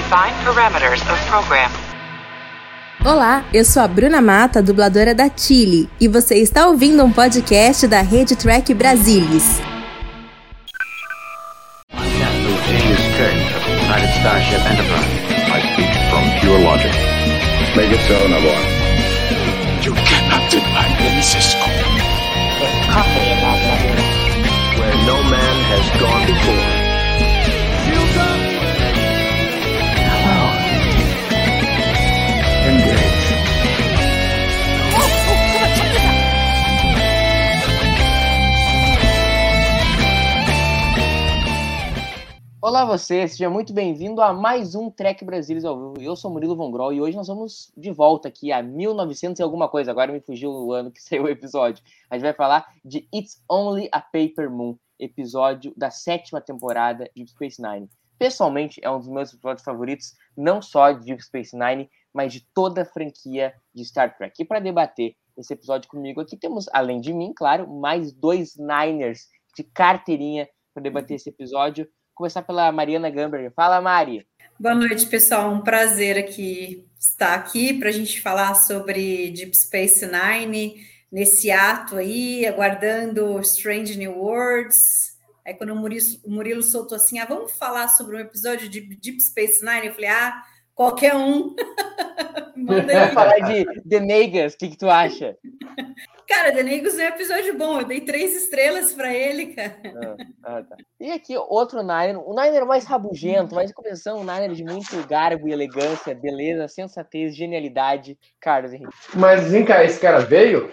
Define parameters of program. Olá, eu sou a Bruna Mata, dubladora da Chile, e você está ouvindo um podcast da Rede Trek Brasilis. James Kirk of the United Starship Enterprise. I speak from pure logic. Make it so, Nabor. You cannot deny me, Cisco. There's coffee in that letter. Where no man has gone before. Shields up! Hello. Engage. Olá você, seja muito bem-vindo a mais um Trek Brasilis ao vivo. Eu sou Murilo Von Groll e hoje nós vamos de volta aqui a 1900 e alguma coisa. Agora me fugiu o ano que saiu o episódio. A gente vai falar de It's Only a Paper Moon, episódio da 7ª temporada de Deep Space Nine. Pessoalmente, é um dos meus episódios favoritos, não só de Deep Space Nine, mas de toda a franquia de Star Trek. E para debater esse episódio comigo aqui, temos, além de mim, claro, mais dois Niners de carteirinha para debater esse episódio. Começar pela Mariana Gamberger. Fala, Mari. Boa noite, pessoal. Um prazer estar aqui para a gente falar sobre Deep Space Nine, nesse ato aí, aguardando Strange New Worlds. Aí quando o Murilo soltou assim, vamos falar sobre um episódio de Deep Space Nine, eu falei, qualquer um. Manda aí. Vamos falar de The Negas, o que tu acha? Cara, The Negas é um episódio bom, eu dei 3 estrelas para ele, cara. Tá. E aqui, outro Niner, o Niner mais rabugento, mas começando um Niner de muito garbo e elegância, beleza, sensatez, genialidade, Carlos Henrique. Mas vem cá, esse cara veio?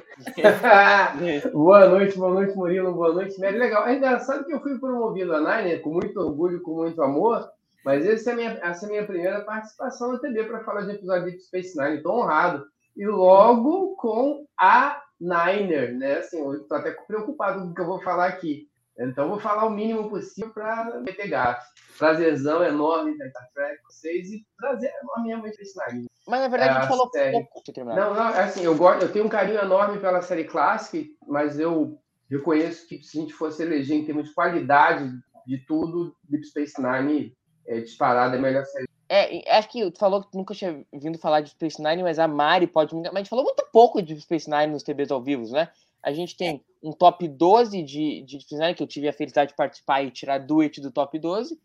Boa noite, Murilo, boa noite, Mary. Legal, é engraçado que eu fui promovido a Niner com muito orgulho, com muito amor, mas essa é a minha primeira participação na TV para falar de episódio de Space Nine, estou honrado. E logo com a Niner, né? Assim, eu estou até preocupado com o que eu vou falar aqui. Então, vou falar o mínimo possível para meter gafe. Prazerzão enorme da Star Trek com vocês e prazer enorme mesmo de Space Nine. Mas, na verdade, a gente falou pouco. Não, assim, eu tenho um carinho enorme pela série clássica, mas eu reconheço que se a gente fosse eleger em termos de qualidade de tudo, Deep Space Nine disparada é a melhor série. Acho que tu falou que tu nunca tinha vindo falar de Space Nine, mas a Mari pode me... Mas a gente falou muito pouco de Space Nine nos TVs ao vivo, né? A gente tem um top 12 de Space Nine, que eu tive a felicidade de participar e tirar duet do top 12.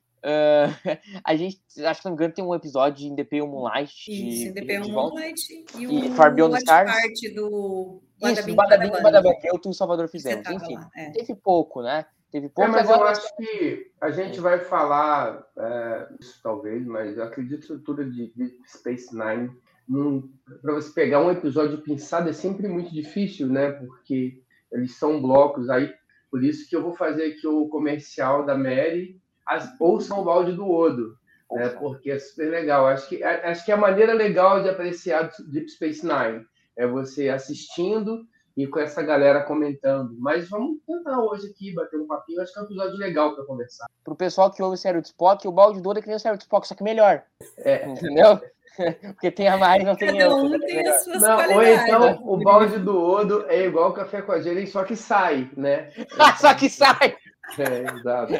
A gente, acho que não me engano, tem um episódio de The Moonlight. Isso, em The Moonlight e Far Beyond the Stars. Parte do Badabing, que eu e o Salvador fizemos. Enfim, teve pouco, né? Mas agora... eu acho que a gente vai falar isso talvez, mas eu acredito que a estrutura de Space Nine, para você pegar um episódio pensado é sempre muito difícil, né? Porque eles são blocos aí, por isso que eu vou fazer aqui o comercial da Mary, ouçam o balde do Odo, né? Porque é super legal. Acho que é a maneira legal de apreciar Deep Space Nine, é você assistindo e com essa galera comentando. Mas vamos tentar hoje aqui bater um papinho. Acho que é um episódio legal para conversar. Pro pessoal que ouve o Sério de Spock, o balde do Odo é que nem o Sério de Spock, só que melhor. Entendeu? Porque tem a Mari, não tem eu. Cada um tem as suas qualidades. Ou então, o balde do Odo é igual o café com a gelo, só que sai, né? Só que sai! Exato.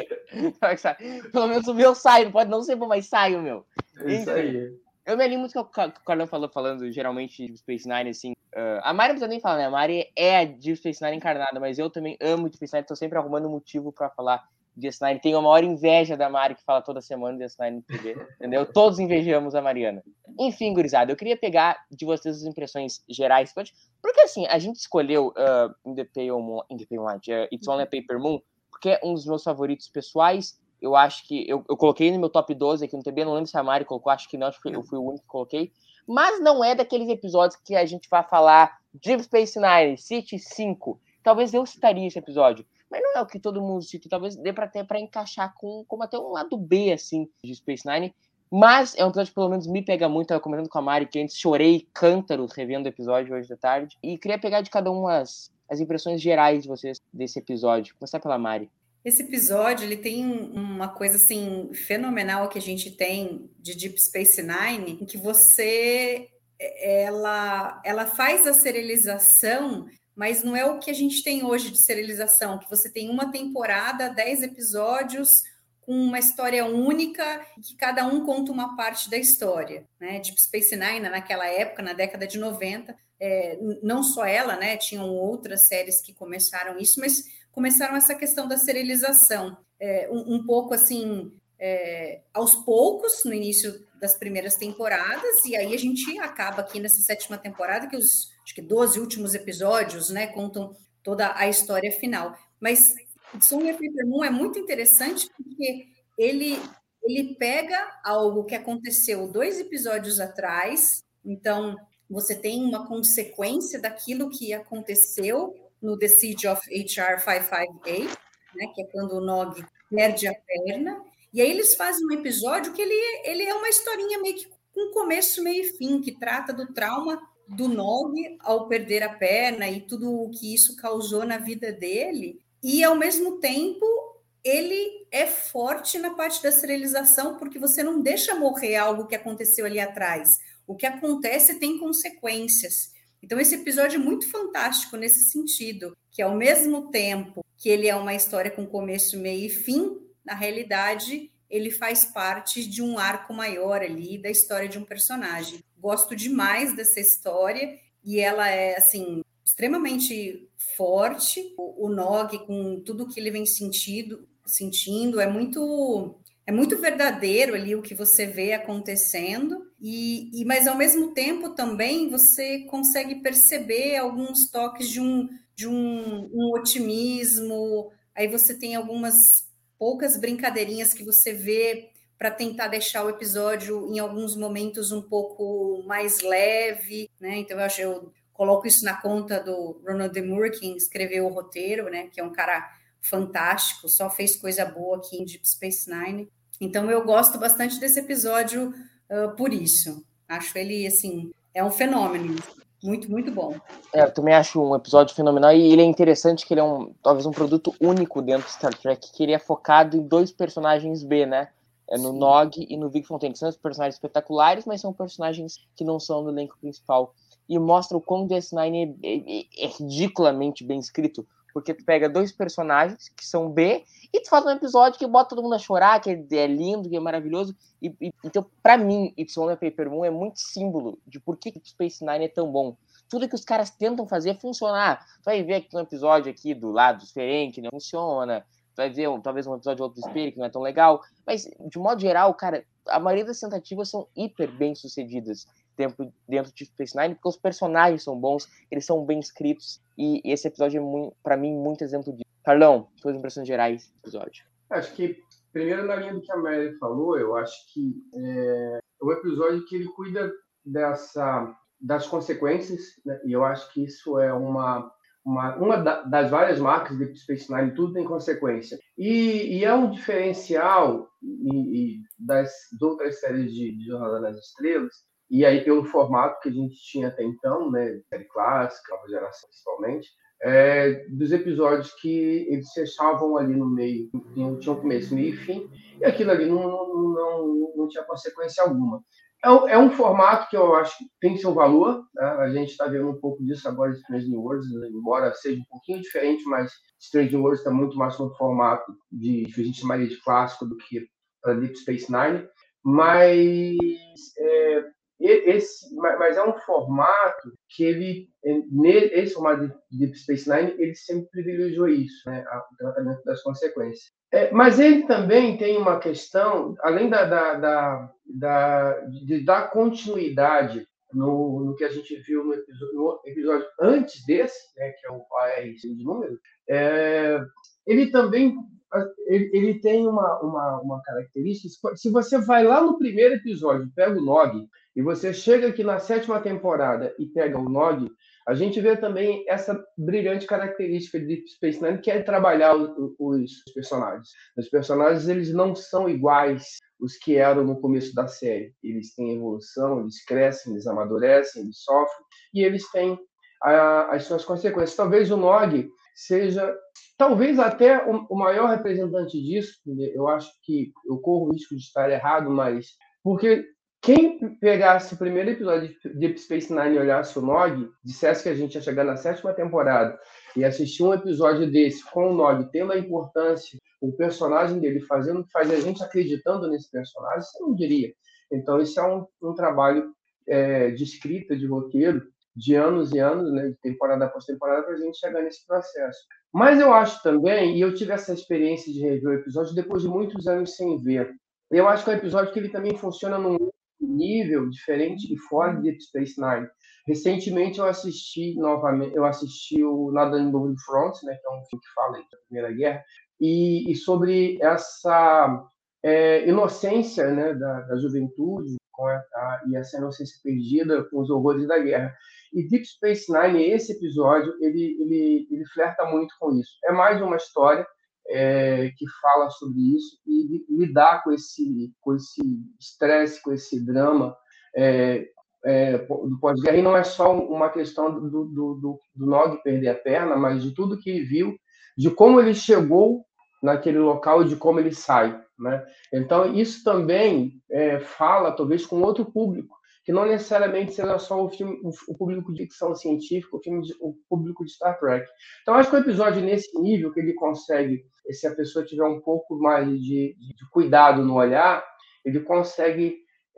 Pelo menos o meu sai, não pode não ser bom, mas sai o meu. Isso aí. Eu me animo muito com o que o Carlão falando geralmente de Space Nine, assim. A Mari não precisa nem falar, né? A Mari é a Deep Space Nine encarnada, mas eu também amo Deep Space Nine, tô sempre arrumando um motivo pra falar de Deep Space Nine. Tenho a maior inveja da Mari, que fala toda semana de Deep Space Nine no TV, entendeu? Todos invejamos a Mariana. Enfim, gurizada, eu queria pegar de vocês as impressões gerais, porque assim, a gente escolheu in the Pale Moonlight, It's Only a Paper Moon, porque é um dos meus favoritos pessoais. Eu acho que eu coloquei no meu top 12 aqui no TB, não lembro se a Mari colocou, acho que não, acho que eu fui o único que coloquei. Mas não é daqueles episódios que a gente vai falar Deep Space Nine, City 5. Talvez eu citaria esse episódio, mas não é o que todo mundo cita. Talvez dê até pra encaixar como até um lado B, assim, de Space Nine. Mas é um episódio que pelo menos me pega muito. Eu tava comentando com a Mari que antes chorei cântaros revendo o episódio hoje da tarde. E queria pegar de cada um as impressões gerais de vocês desse episódio. Começar pela Mari. Esse episódio, ele tem uma coisa, assim, fenomenal que a gente tem de Deep Space Nine, em que ela faz a serialização, mas não é o que a gente tem hoje de serialização, que você tem uma temporada, 10 episódios, com uma história única, que cada um conta uma parte da história, né? Deep Space Nine, naquela época, na década de 90, não só ela, né? Tinham outras séries que começaram isso, mas começaram essa questão da serialização. Um pouco assim, aos poucos, no início das primeiras temporadas, e aí a gente acaba aqui nessa 7ª temporada, que acho que 12 últimos episódios, né? Contam toda a história final. Mas Insomnia Paper Moon é muito interessante porque ele pega algo que aconteceu 2 episódios atrás, então você tem uma consequência daquilo que aconteceu no The Siege of HR 558, né, que é quando o Nog perde a perna, e aí eles fazem um episódio que ele é uma historinha meio que com começo, meio e fim, que trata do trauma do Nog ao perder a perna e tudo o que isso causou na vida dele. E, ao mesmo tempo, ele é forte na parte da serialização, porque você não deixa morrer algo que aconteceu ali atrás. O que acontece tem consequências. Então, esse episódio é muito fantástico nesse sentido, que ao mesmo tempo que ele é uma história com começo, meio e fim, na realidade, ele faz parte de um arco maior ali, da história de um personagem. Gosto demais dessa história, e ela é, assim, extremamente forte. O Nog, com tudo que ele vem sentindo, é muito verdadeiro ali o que você vê acontecendo, mas ao mesmo tempo também você consegue perceber alguns toques de um otimismo. Aí você tem algumas poucas brincadeirinhas que você vê para tentar deixar o episódio em alguns momentos um pouco mais leve, né? Então eu coloco isso na conta do Ronald D. Moore, que escreveu o roteiro, né? Que é um cara fantástico, só fez coisa boa aqui em Deep Space Nine. Então eu gosto bastante desse episódio por isso. Acho ele, assim, é um fenômeno. Muito, muito bom. Eu também acho um episódio fenomenal, e ele é interessante que ele é talvez um produto único dentro do Star Trek, que ele é focado em 2 personagens B, né? No Nog e no Vic Fontaine, que são personagens espetaculares, mas são personagens que não são do elenco principal. E mostra o quão DS9 é ridiculamente bem escrito, porque tu pega 2 personagens que são B e tu faz um episódio que bota todo mundo a chorar, que é lindo, que é maravilhoso. Então, pra mim, Insomnia Paper Moon é muito símbolo de por que Space Nine é tão bom. Tudo que os caras tentam fazer é funcionar. Tu vai ver aqui um episódio aqui do lado dos Ferenc, que não funciona. Tu vai ver talvez um episódio ou outro do Spirit, que não é tão legal. Mas, de modo geral, cara, a maioria das tentativas são hiper bem sucedidas dentro de Space Nine, porque os personagens são bons, eles são bem escritos, e esse episódio é, pra mim, muito exemplo disso. Carlão, suas impressões gerais do episódio? Acho que, primeiro, na linha do que a Mary falou, eu acho que é um episódio que ele cuida das consequências, né? E eu acho que isso é uma das várias marcas de Deep Space Nine, tudo tem consequência. E é um diferencial das outras séries de Jornada nas Estrelas, e aí pelo formato que a gente tinha até então, né, série clássica, nova geração principalmente, dos episódios que eles fechavam ali no meio, tinham começo, meio e fim, e aquilo ali não tinha consequência alguma. É um formato que eu acho que tem seu valor, né? A gente está vendo um pouco disso agora em Strange New Worlds, embora seja um pouquinho diferente, mas Strange New Worlds está muito mais no formato que a gente chamaria de clássico do que para Deep Space Nine, mas é um formato que esse formato de Deep Space Nine, ele sempre privilegiou isso, né? O tratamento das consequências. Mas ele também tem uma questão, além de dar continuidade no que a gente viu no episódio antes desse, né, que é o AR6 de número, ele também ele tem uma característica. Se você vai lá no primeiro episódio, pega o Nog, e você chega aqui na 7ª temporada e pega o Nog, a gente vê também essa brilhante característica de Deep Space Nine, que é trabalhar os personagens. Os personagens, eles não são iguais os que eram no começo da série. Eles têm evolução, eles crescem, eles amadurecem, eles sofrem, e eles têm as suas consequências. Talvez o Nog seja, talvez até o maior representante disso. Eu acho que eu corro o risco de estar errado, mas porque quem pegasse o primeiro episódio de Deep Space Nine e olhasse o Nog, dissesse que a gente ia chegar na 7ª temporada e assistir um episódio desse com o Nog tendo a importância o personagem dele fazendo, faz a gente acreditando nesse personagem, você não diria. Então, isso é um trabalho de escrita, de roteiro, de anos e anos, né, de temporada após temporada, para a gente chegar nesse processo. Mas eu acho também, e eu tive essa experiência de rever o episódio depois de muitos anos sem ver, eu acho que é um episódio que ele também funciona num nível diferente e fora de Deep Space Nine. Recentemente eu assisti o Nada em Novo Front, né, que é um filme que fala da Primeira Guerra, e sobre essa inocência, né, da juventude e essa inocência perdida com os horrores da guerra. E Deep Space Nine, esse episódio, ele flerta muito com isso. É mais uma história que fala sobre isso e lidar com esse estresse, com esse drama do pós-guerra. E não é só uma questão do Nog perder a perna, mas de tudo que ele viu, de como ele chegou naquele local e de como ele sai, né? Então, isso também fala, talvez, com outro público, que não necessariamente seja só o público de ficção científica, o público de Star Trek. Então, acho que o episódio, nesse nível, que ele consegue, se a pessoa tiver um pouco mais de cuidado no olhar, ele consegue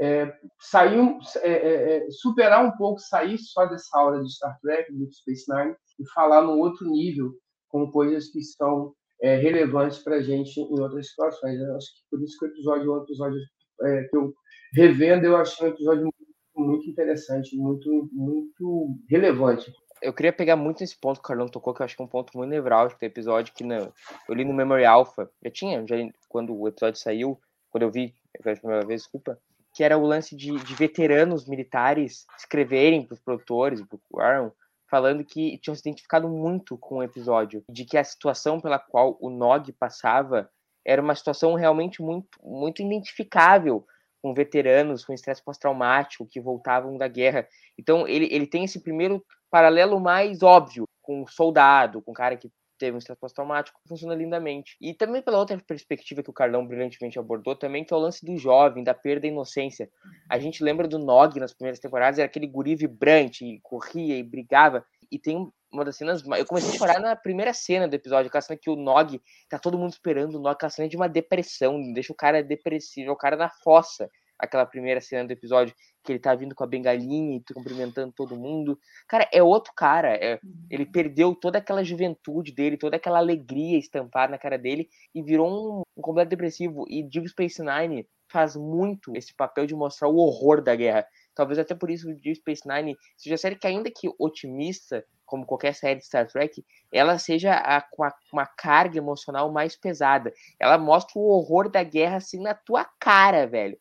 superar um pouco, sair só dessa aura de Star Trek, de Space Nine, e falar num outro nível, com coisas que são relevantes para a gente em outras situações. Eu acho que por isso que o episódio é um episódio que eu revendo, eu achei um episódio muito interessante, muito, muito relevante. Eu queria pegar muito esse ponto que o Carlão tocou, que eu acho que é um ponto muito nevrálgico do episódio, que eu li no Memory Alpha, quando o episódio saiu, quando eu vi pela primeira vez, desculpa, que era o lance de veteranos militares escreverem para os produtores, para o Aaron, falando que tinham se identificado muito com o episódio, de que a situação pela qual o Nog passava era uma situação realmente muito, muito identificável com veteranos com estresse pós-traumático que voltavam da guerra. Então, ele tem esse primeiro paralelo mais óbvio com o soldado, com o cara que teve um estresse pós-traumático, funciona lindamente. E também pela outra perspectiva que o Carlão brilhantemente abordou também, que é o lance do jovem, da perda da inocência. A gente lembra do Nog nas primeiras temporadas, era aquele guri vibrante, e corria e brigava. E tem uma das cenas... Eu comecei a chorar na primeira cena do episódio, aquela cena que o Nog, tá todo mundo esperando o Nog, aquela cena de uma depressão, deixa o cara depressivo, o cara na fossa. Aquela primeira cena do episódio, que ele tá vindo com a bengalinha e cumprimentando todo mundo. Cara, é outro cara. Ele perdeu toda aquela juventude dele, toda aquela alegria estampada na cara dele e virou um completo depressivo. E Deep Space Nine faz muito esse papel de mostrar o horror da guerra. Talvez até por isso o Deep Space Nine seja a série que, ainda que otimista, como qualquer série de Star Trek, ela seja com uma carga emocional mais pesada. Ela mostra o horror da guerra assim na tua cara, velho.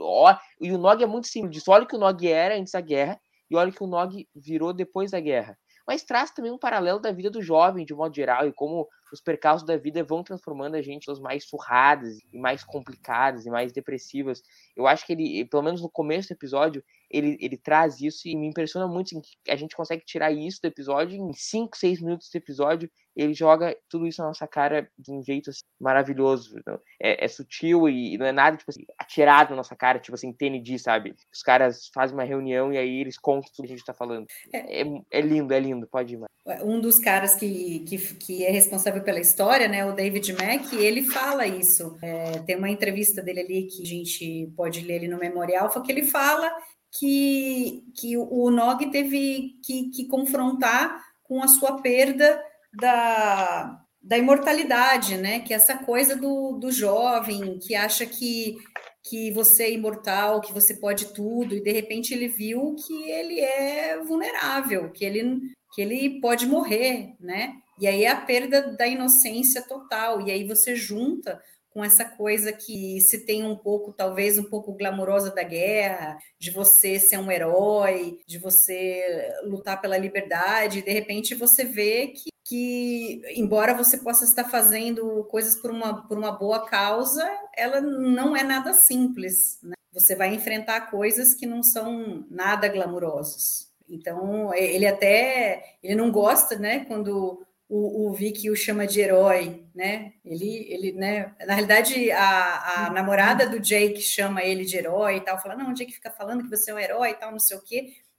E o Nog é muito simples. Olha o que o Nog era antes da guerra e olha o que o Nog virou depois da guerra. Mas traz também um paralelo da vida do jovem, de modo geral, e como os percalços da vida vão transformando a gente em pessoas mais surradas, e mais complicadas, e mais depressivas. Eu acho que ele, pelo menos no começo do episódio, ele traz isso e me impressiona muito assim, que a gente consegue tirar isso do episódio em 5, 6 minutos do episódio. Ele joga tudo isso na nossa cara de um jeito assim, maravilhoso. É sutil e não é nada tipo assim, atirado na nossa cara, tipo assim, TND, sabe? Os caras fazem uma reunião e aí eles contam tudo que a gente tá falando. É lindo, pode ir, mano. Um dos caras que é responsável pela história, né, o David Mack, ele fala isso. Tem uma entrevista dele ali que a gente pode ler ali no Memory Alpha, que ele fala que o Nog teve que confrontar com a sua perda da imortalidade, né? Que é essa coisa do jovem que acha que você é imortal, que você pode tudo, e de repente ele viu que ele é vulnerável, que ele pode morrer, né? E aí é a perda da inocência total, e aí você junta com essa coisa que se tem um pouco, talvez um pouco glamurosa da guerra, de você ser um herói, de você lutar pela liberdade, e de repente você vê que embora você possa estar fazendo coisas por uma boa causa, ela não é nada simples, né? Você vai enfrentar coisas que não são nada glamurosas. Então, ele não gosta, né, quando o Vic o chama de herói, né? Ele, né? Na realidade, a namorada do Jake chama ele de herói e tal, fala, não, o Jake fica falando que você é um herói e tal, não sei o quê.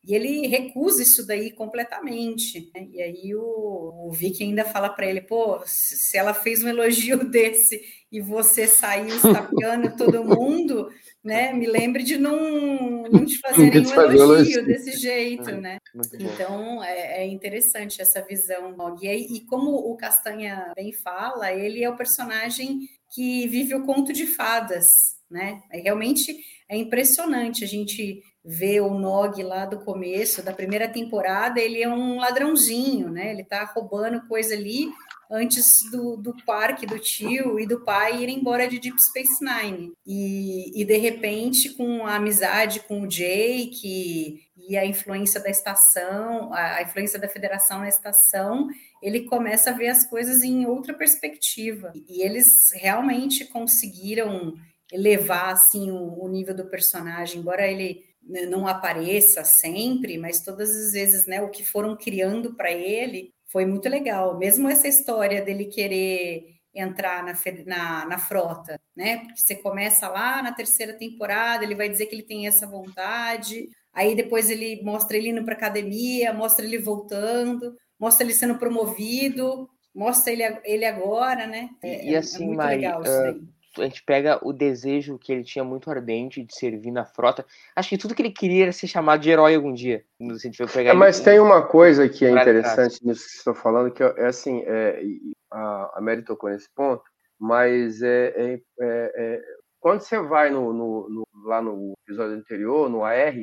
E ele recusa isso daí completamente, né? E aí o Vic ainda fala para ele, pô, se ela fez um elogio desse e você saiu estapeando todo mundo, né? Me lembre de não te fazer nenhum elogio desse jeito, né? Então é interessante essa visão. E como o Castanha bem fala, ele é o personagem que vive o conto de fadas, né? Realmente é impressionante a gente ver o Nog lá do começo, da primeira temporada, ele é um ladrãozinho, né? Ele tá roubando coisa ali antes do parque do tio e do pai irem embora de Deep Space Nine. E de repente, com a amizade com o Jake e a influência da estação, a influência da Federação na estação, ele começa a ver as coisas em outra perspectiva. E eles realmente conseguiram elevar assim o nível do personagem, embora ele não apareça sempre, mas todas as vezes, né, o que foram criando para ele foi muito legal. Mesmo essa história dele querer entrar na frota, né? Porque você começa lá na terceira temporada, ele vai dizer que ele tem essa vontade, aí depois ele mostra ele indo para academia, mostra ele voltando, mostra ele sendo promovido, mostra ele agora, né? E assim, muito Mari, legal isso daí. A gente pega o desejo que ele tinha muito ardente de servir na frota. Acho que tudo que ele queria era ser chamado de herói algum dia. Se a gente for pegar mas tem uma coisa que é interessante nisso que você está falando, que é assim, a Mary tocou nesse ponto, mas quando você vai lá no episódio anterior, no AR,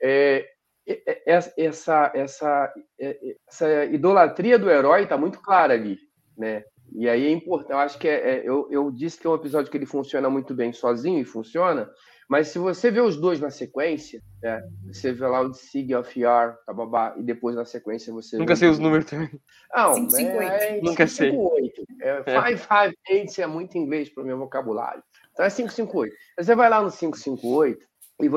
essa idolatria do herói está muito clara ali, né? E aí é importante, eu acho que eu disse que é um episódio que ele funciona muito bem sozinho, e funciona, mas se você vê os dois na sequência, né, você vê lá o Sig of Yar, e depois na sequência você Nunca sei os números também. Não, 558. Nunca sei. 558 é muito inglês para o meu vocabulário. Então é 558. Você vai lá no 558 e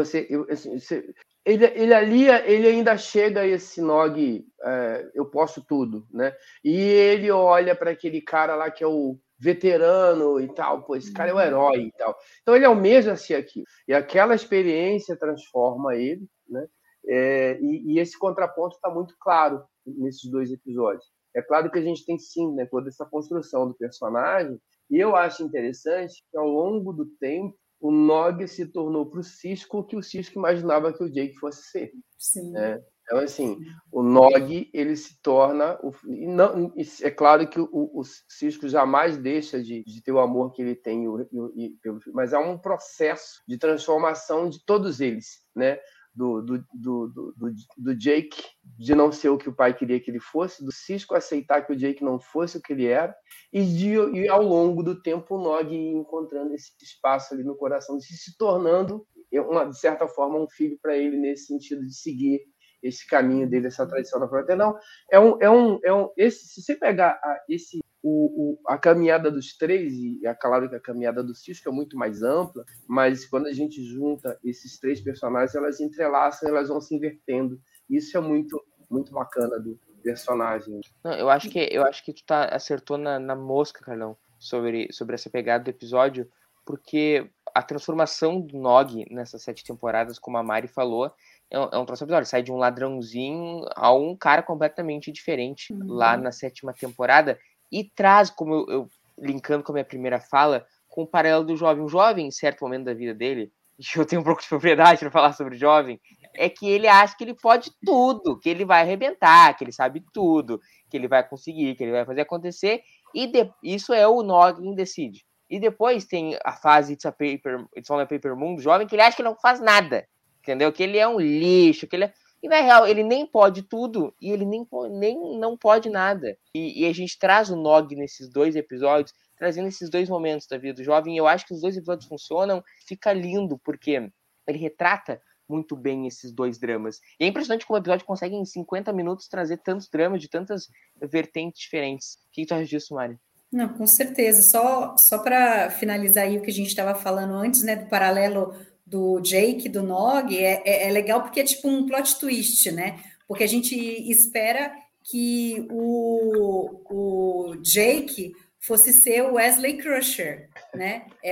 ele ainda chega a esse Nog, eu posso tudo, né? E ele olha para aquele cara lá que é o veterano e tal, pô, esse cara é o herói e tal. Então ele almeja ser aquilo. E aquela experiência transforma ele, né? E esse contraponto está muito claro nesses dois episódios. É claro que a gente tem sim, né, toda essa construção do personagem, e eu acho interessante que ao longo do tempo o Nog se tornou para o Sisko o que o Sisko imaginava que o Jake fosse ser. Sim. Né? Então, assim, o Nog, ele se torna... é claro que o Sisko jamais deixa de ter o amor que ele tem pelo filho, mas há um processo de transformação de todos eles, né? Do Jake, de não ser o que o pai queria que ele fosse, do Sisko aceitar que o Jake não fosse o que ele era, e ao longo do tempo o Nog ir encontrando esse espaço ali no coração, se tornando, de certa forma, um filho para ele, nesse sentido de seguir esse caminho dele, essa tradição da frota. Não, se você pegar a caminhada dos três, e é claro que a caminhada do Sisko é muito mais ampla, mas quando a gente junta esses três personagens, elas entrelaçam, elas vão se invertendo. Isso é muito, muito bacana do personagem. Não, eu acho que tu acertou na mosca, Carlão, sobre essa pegada do episódio, porque a transformação do Nog nessas 7 temporadas, como a Mari falou, é um troço episódio. Sai de um ladrãozinho a um cara completamente diferente lá na 7ª temporada, e traz, como eu linkando com a minha primeira fala, com o paralelo do jovem. Um jovem, em certo momento da vida dele, e eu tenho um pouco de propriedade para falar sobre o jovem, é que ele acha que ele pode tudo, que ele vai arrebentar, que ele sabe tudo, que ele vai conseguir, que ele vai fazer acontecer, e isso é o Nog em Decide. E depois tem a fase It's on a Paper Moon do jovem, que ele acha que não faz nada, entendeu? Que ele é um lixo, que ele é... E na real, ele nem pode tudo, e ele nem não pode nada. E a gente traz o Nog nesses 2 episódios, trazendo esses 2 momentos da vida do jovem, e eu acho que os 2 episódios funcionam, fica lindo, porque ele retrata muito bem esses 2 dramas. E é impressionante como o episódio consegue, em 50 minutos, trazer tantos dramas de tantas vertentes diferentes. O que tu acha disso, Mari? Não, com certeza. Só para finalizar aí o que a gente estava falando antes, né, do paralelo do Jake, do Nog, é legal porque é tipo um plot twist, né? Porque a gente espera que o Jake fosse ser o Wesley Crusher, né? É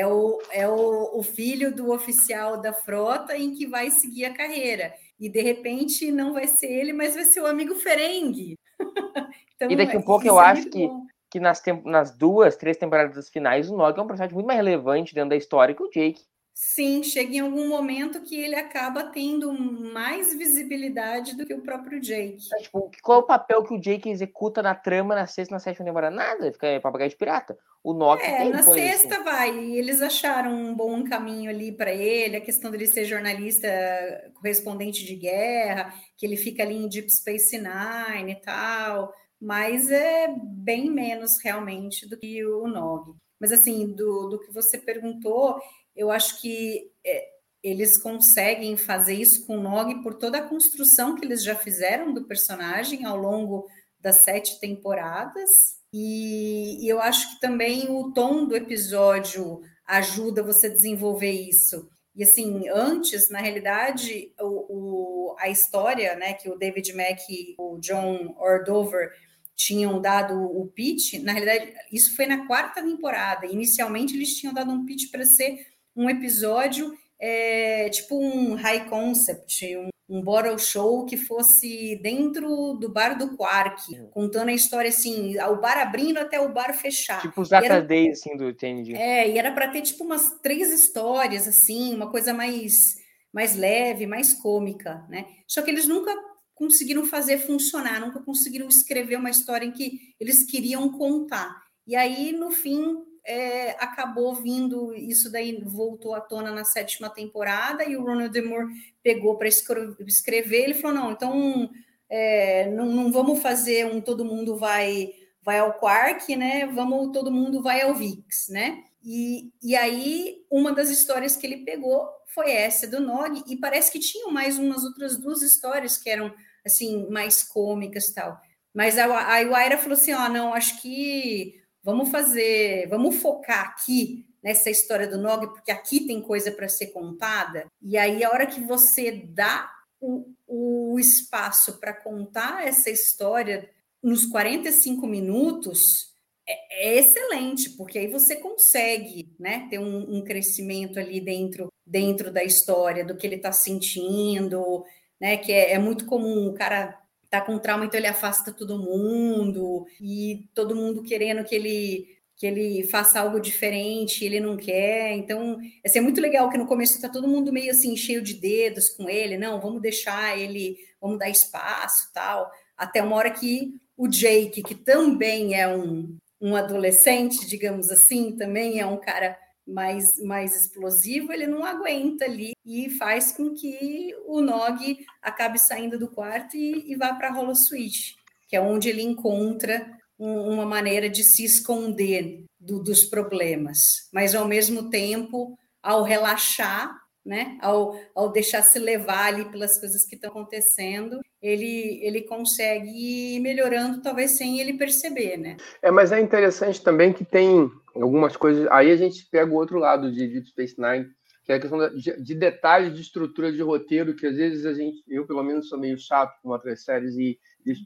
o filho do oficial da frota em que vai seguir a carreira. E, de repente, não vai ser ele, mas vai ser o amigo Ferengi. Então, e daqui a um pouco eu acho que nas 2-3 temporadas finais, o Nog é um personagem muito mais relevante dentro da história que o Jake. Sim, chega em algum momento que ele acaba tendo mais visibilidade do que o próprio Jake. Tipo, qual é o papel que o Jake executa na trama na 6ª e na 7ª temporada? Nada, fica papagaio de pirata. O Nog tem na coisa 6ª assim. vai, e eles acharam um bom caminho ali para ele, a questão dele ser jornalista correspondente de guerra, que ele fica ali em Deep Space Nine e tal, mas é bem menos realmente do que o Nog. Mas assim, do que você perguntou, eu acho que eles conseguem fazer isso com o Nog por toda a construção que eles já fizeram do personagem ao longo das 7 temporadas. E eu acho que também o tom do episódio ajuda você a desenvolver isso. E assim, antes, na realidade, a história, né, que o David Mack e o John Ordover tinham dado o pitch, na realidade, isso foi na 4ª temporada. Inicialmente, eles tinham dado um pitch para ser um episódio tipo um high concept, um bottle show que fosse dentro do bar do Quark, contando a história assim, o bar abrindo até o bar fechar. Tipo os Data Days, assim, do TNG. E era para ter tipo umas 3 histórias, assim, uma coisa mais leve, mais cômica, né? Só que eles nunca conseguiram fazer funcionar, nunca conseguiram escrever uma história em que eles queriam contar. E aí, no fim, acabou vindo, isso daí voltou à tona na 7ª temporada, e o Ronald D. Moore pegou para escrever, ele falou, não, então não vamos fazer todo mundo vai ao Quark, né? Todo mundo vai ao VIX, né? E aí, uma das histórias que ele pegou foi essa do Nog, e parece que tinham mais umas outras 2 histórias que eram, assim, mais cômicas e tal. Mas a Ioira falou assim, não, acho que vamos focar aqui nessa história do Nog, porque aqui tem coisa para ser contada. E aí, a hora que você dá o espaço para contar essa história nos 45 minutos, é excelente, porque aí você consegue, né, ter um crescimento ali dentro da história, do que ele está sentindo, né, que é muito comum o cara tá com trauma, então ele afasta todo mundo, e todo mundo querendo que ele faça algo diferente, ele não quer. Então, é muito legal que no começo tá todo mundo meio assim, cheio de dedos com ele, não, vamos deixar ele, vamos dar espaço, tal, até uma hora que o Jake, que também é um adolescente, digamos assim, também é um cara mais explosivo, ele não aguenta ali e faz com que o Nog acabe saindo do quarto e vá para a Holosuite, que é onde ele encontra uma maneira de se esconder dos problemas, mas ao mesmo tempo, ao relaxar, né, ao deixar se levar ali pelas coisas que estão acontecendo, ele consegue ir melhorando, talvez sem ele perceber, né? Mas é interessante também que tem algumas coisas. Aí a gente pega o outro lado de Deep Space Nine, que é a questão de detalhes de estrutura de roteiro, que às vezes eu pelo menos sou meio chato com outras séries, e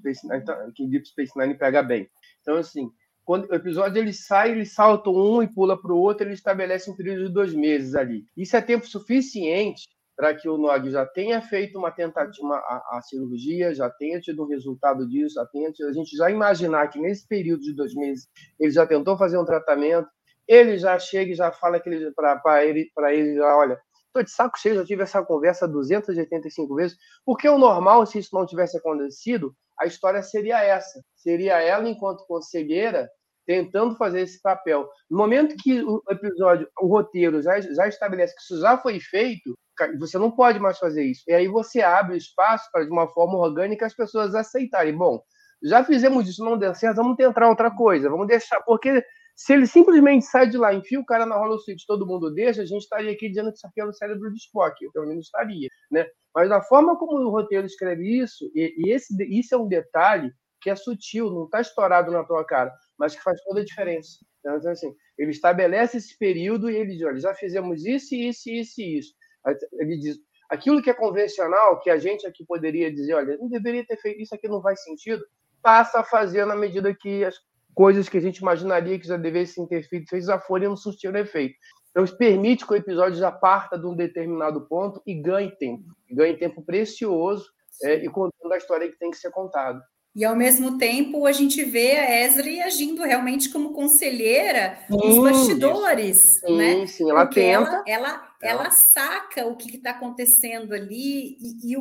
Deep Space Nine pega bem. Então, assim, quando o episódio ele salta um e pula para o outro, ele estabelece um período de 2 meses ali. Isso é tempo suficiente para que o Nog já tenha feito uma tentativa, a cirurgia, já tenha tido um resultado disso, a gente já imaginar que nesse período de 2 meses ele já tentou fazer um tratamento, ele já chega e já fala para ele, olha, estou de saco cheio, já tive essa conversa 285 vezes, porque o normal, se isso não tivesse acontecido, a história seria essa, seria ela enquanto conselheira tentando fazer esse papel. No momento que o episódio, o roteiro já estabelece que isso já foi feito, você não pode mais fazer isso. E aí você abre o espaço para, de uma forma orgânica, as pessoas aceitarem. Bom, já fizemos isso, não deu certo, vamos tentar outra coisa, vamos deixar, porque se ele simplesmente sai de lá, enfia o cara na Holosuite, todo mundo deixa, a gente estaria aqui dizendo que isso aqui é o cérebro de Spock, eu pelo menos estaria, né? Mas da forma como o roteiro escreve isso, isso é um detalhe que é sutil, não está estourado na tua cara, mas que faz toda a diferença. Então, assim, ele estabelece esse período e ele diz, olha, já fizemos isso, isso, isso e isso. Ele diz, aquilo que é convencional, que a gente aqui poderia dizer, olha, não deveria ter feito isso, aqui não faz sentido, passa a fazer na medida que coisas que a gente imaginaria que já devessem ter feito já foram e não surtiram efeito. Então, isso permite que o episódio já parta de um determinado ponto e ganhe tempo precioso e contando a história que tem que ser contada. E, ao mesmo tempo, a gente vê a Ezri agindo realmente como conselheira nos bastidores, sim, né? Sim, ela porque tenta. Ela saca o que está acontecendo ali e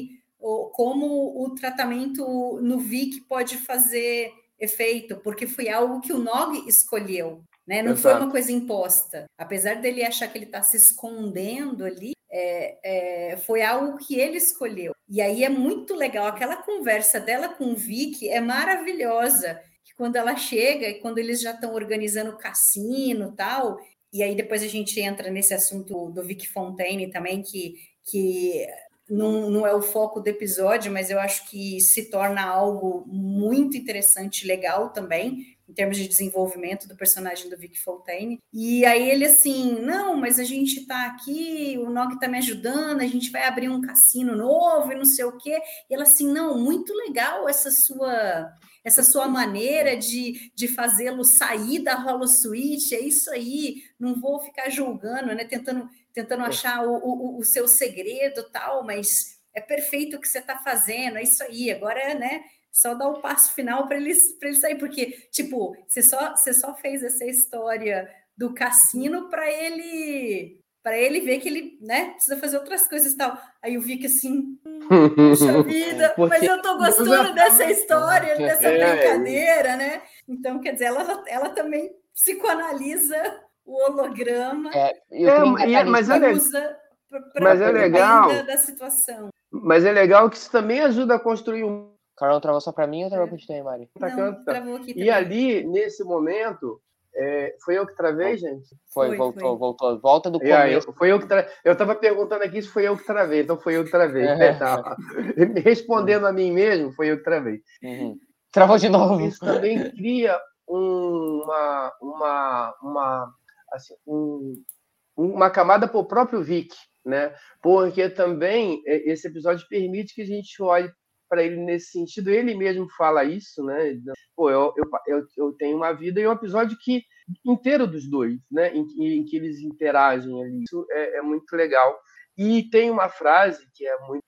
como o tratamento no Vic pode fazer efeito, porque foi algo que o Nog escolheu, né? Não foi uma coisa imposta. Apesar dele achar que ele está se escondendo ali, foi algo que ele escolheu. E aí é muito legal. Aquela conversa dela com o Vic é maravilhosa. Que quando ela chega e quando eles já estão organizando o cassino e tal, e aí depois a gente entra nesse assunto do Vic Fontaine também, que não é o foco do episódio, mas eu acho que se torna algo muito interessante e legal também, em termos de desenvolvimento do personagem do Vic Fontaine. E aí ele assim, não, mas a gente tá aqui, o Nog tá me ajudando, a gente vai abrir um cassino novo e não sei o quê. E ela assim, não, muito legal essa sua maneira de fazê-lo sair da holosuite, é isso aí, não vou ficar julgando, né, tentando achar o seu segredo e tal, mas é perfeito o que você está fazendo, é isso aí, agora, né, só dar o passo final para ele sair, porque, tipo, você só fez essa história do cassino para ele ver que ele, né, precisa fazer outras coisas e tal. Aí eu vi que assim, puxa vida, mas eu tô gostando dessa história, dessa brincadeira, né? Então, quer dizer, ela também psicoanalisa o holograma mas usa mas é legal da situação. Mas é legal que isso também ajuda a construir um... Carol travou só para mim ou travou para ti também, Mari? Não, travou aqui também. E ali, nesse momento, foi eu que travei, gente? Voltou. Volta do começo. Foi eu que travei. Eu estava perguntando aqui se foi eu que travei, então foi eu que travei. Respondendo a mim mesmo, foi eu que travei. Uhum. Travou de novo. Isso também cria uma camada para o próprio Vic, né? Porque também esse episódio permite que a gente olhe para ele nesse sentido. Ele mesmo fala isso, né? Pô, eu tenho uma vida, e é um episódio inteiro dos dois, né? Em que eles interagem ali. Isso é muito legal. E tem uma frase que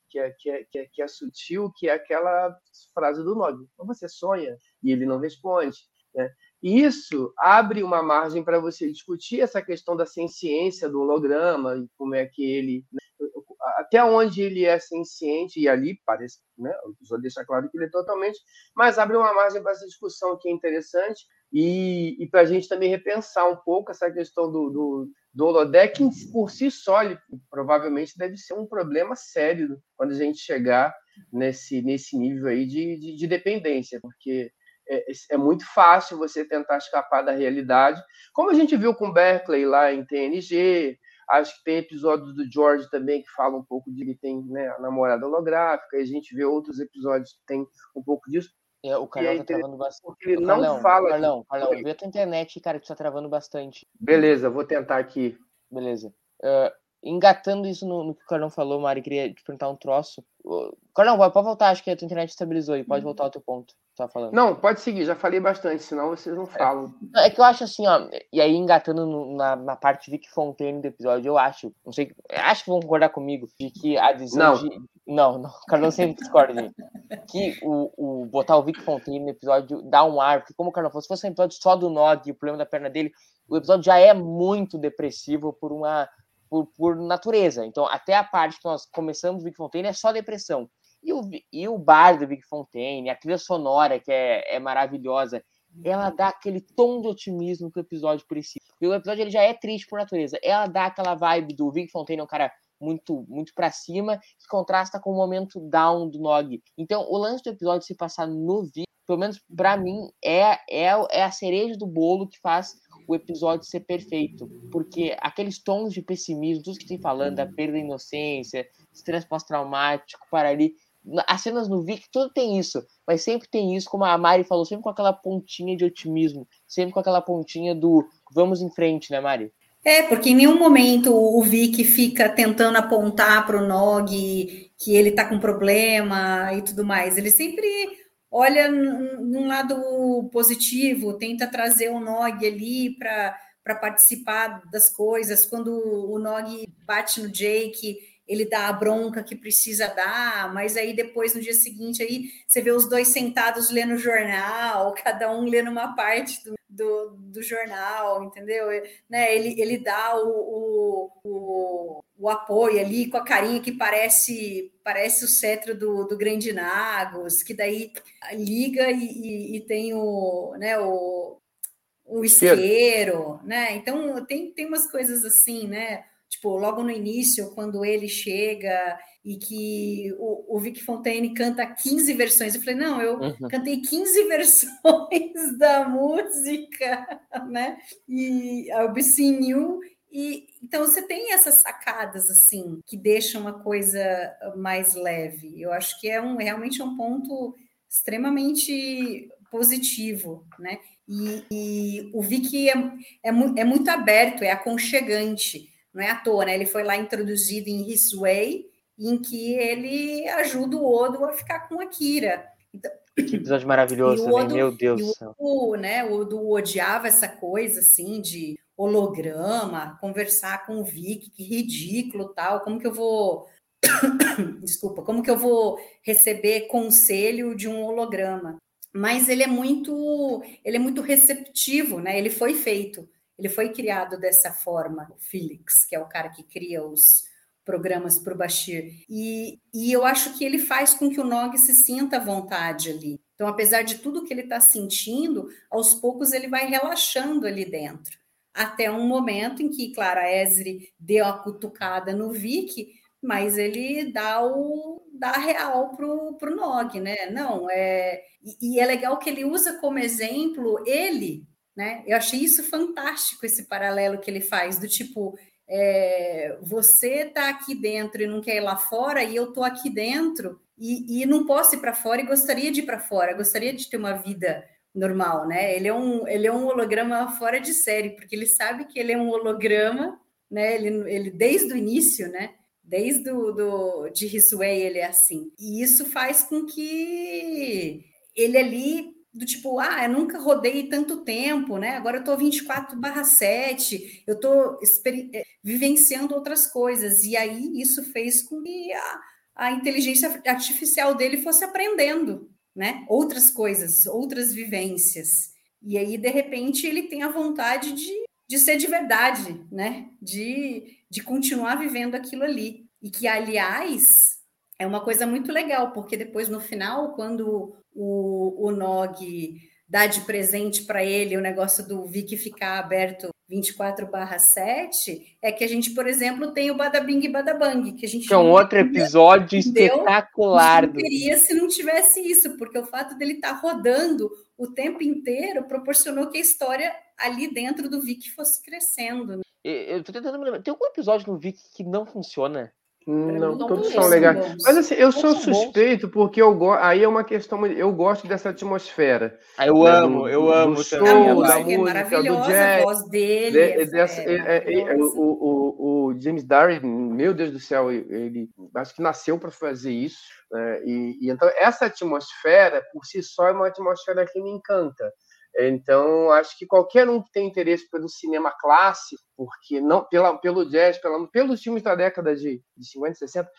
é sutil, que é aquela frase do Nog: você sonha? E ele não responde, né? E isso abre uma margem para você discutir essa questão da senciência do holograma e como é que ele, né, até onde ele é senciente, e ali parece, né, o episódio deixa claro que ele é totalmente, mas abre uma margem para essa discussão que é interessante e para a gente também repensar um pouco essa questão do holodeck, que por si só ele provavelmente deve ser um problema sério quando a gente chegar nesse nível aí de dependência, porque é muito fácil você tentar escapar da realidade, como a gente viu com Berkeley lá em TNG. Acho que tem episódios do George também que falam um pouco de ele tem, né, a namorada holográfica, e a gente vê outros episódios que tem um pouco disso. O Carlão tá travando bastante. Ele não fala. Carlão, vê a tua internet, cara, que tá travando bastante. Beleza, vou tentar aqui. Beleza. Engatando isso no que o Carlão falou, Mari, queria te perguntar um troço. Carlão, pode voltar, acho que a tua internet estabilizou e pode voltar ao teu ponto. Falando. Não, pode seguir, já falei bastante, senão vocês não falam. É que eu acho assim, ó, e aí engatando na parte de Vic Fontaine do episódio, eu acho que vão concordar comigo, de que a visão Não, o Carlão sempre discorda de mim. Que o botar o Vic Fontaine no episódio dá um ar, porque como o Carlão falou, se fosse um episódio só do Nog e o problema da perna dele, o episódio já é muito depressivo por natureza. Então, até a parte que nós começamos o Vic Fontaine é só depressão. E o bar do Vic Fontaine, a trilha sonora, que é maravilhosa, ela dá aquele tom de otimismo que o episódio precisa. E o episódio ele já é triste por natureza. Ela dá aquela vibe do Vic Fontaine, é um cara muito, muito pra cima, que contrasta com o momento down do Nog. Então, o lance do episódio se passar no Vic, pelo menos pra mim, é a cereja do bolo que faz o episódio ser perfeito. Porque aqueles tons de pessimismo, tudo que tem falando, da perda da inocência, estresse pós-traumático, para ali. As cenas no Vic, tudo tem isso, mas sempre tem isso, como a Mari falou, sempre com aquela pontinha de otimismo, sempre com aquela pontinha do vamos em frente, né, Mari? Porque em nenhum momento o Vic fica tentando apontar para o Nog que ele tá com problema e tudo mais. Ele sempre olha num lado positivo, tenta trazer o Nog ali para participar das coisas. Quando o Nog bate no Jake, ele dá a bronca que precisa dar, mas aí depois, no dia seguinte, aí você vê os dois sentados lendo jornal, cada um lendo uma parte do jornal, entendeu? Né? Ele dá o apoio ali com a carinha que parece o cetro do Grandinagos, que daí liga e tem o isqueiro, né? Então tem umas coisas assim, né? Tipo, logo no início, quando ele chega e que o Vic Fontaine canta 15 versões, eu falei, não, eu cantei 15 versões da música, né? E a Obscene You. E então você tem essas sacadas assim que deixam uma coisa mais leve. Eu acho que realmente é um ponto extremamente positivo, né? E o Vic é muito aberto, é aconchegante, não é à toa, né? Ele foi lá introduzido em His Way, em que ele ajuda o Odo a ficar com a Kira. Então, que episódio maravilhoso também, meu Deus do céu. O Odo odiava essa coisa assim de holograma, conversar com o Vic, que ridículo, tal, como que eu vou desculpa, como que eu vou receber conselho de um holograma? Mas ele é muito receptivo, né? Ele foi criado dessa forma, o Felix, que é o cara que cria os programas para o Bashir. E eu acho que ele faz com que o Nog se sinta à vontade ali. Então, apesar de tudo que ele está sentindo, aos poucos ele vai relaxando ali dentro. Até um momento em que, claro, a Ezri deu a cutucada no Vic, mas ele dá a real pro Nog, né? Não, e é legal que ele usa como exemplo ele, né? Eu achei isso fantástico, esse paralelo que ele faz, do tipo, você tá aqui dentro e não quer ir lá fora, e eu tô aqui dentro e não posso ir para fora e gostaria de ir para fora, gostaria de ter uma vida normal, né? Ele é um holograma fora de série, porque ele sabe que ele é um holograma, né? Ele desde o início, né? Desde de His Way ele é assim. E isso faz com que ele ali, do tipo, eu nunca rodei tanto tempo, né? Agora eu tô 24/7, eu tô vivenciando outras coisas. E aí isso fez com que a inteligência artificial dele fosse aprendendo, né? Outras coisas, outras vivências. E aí, de repente, ele tem a vontade de ser de verdade, né? De continuar vivendo aquilo ali. E que, aliás, é uma coisa muito legal, porque depois, no final, quando o Nog dá de presente para ele o negócio do Vic ficar aberto 24/7, é que a gente, por exemplo, tem o Badabing e Badabang, que a gente... Que é um outro episódio espetacular. Não teria se não tivesse isso, porque o fato dele estar rodando o tempo inteiro proporcionou que a história ali dentro do Vic fosse crescendo. Né? Eu tô tentando me lembrar. Tem algum episódio no Vic que não funciona? Não, todos são legais. Mas assim, eu sou suspeito porque aí é uma questão. Eu gosto dessa atmosfera. Eu amo do também. A música é maravilhosa, a voz dele. O James Darry, meu Deus do céu, ele acho que nasceu para fazer isso. Né? E então, essa atmosfera, por si só, é uma atmosfera que me encanta. Então, acho que qualquer um que tem interesse pelo cinema clássico, porque não pelo jazz, pelos filmes da década de 50 e 60,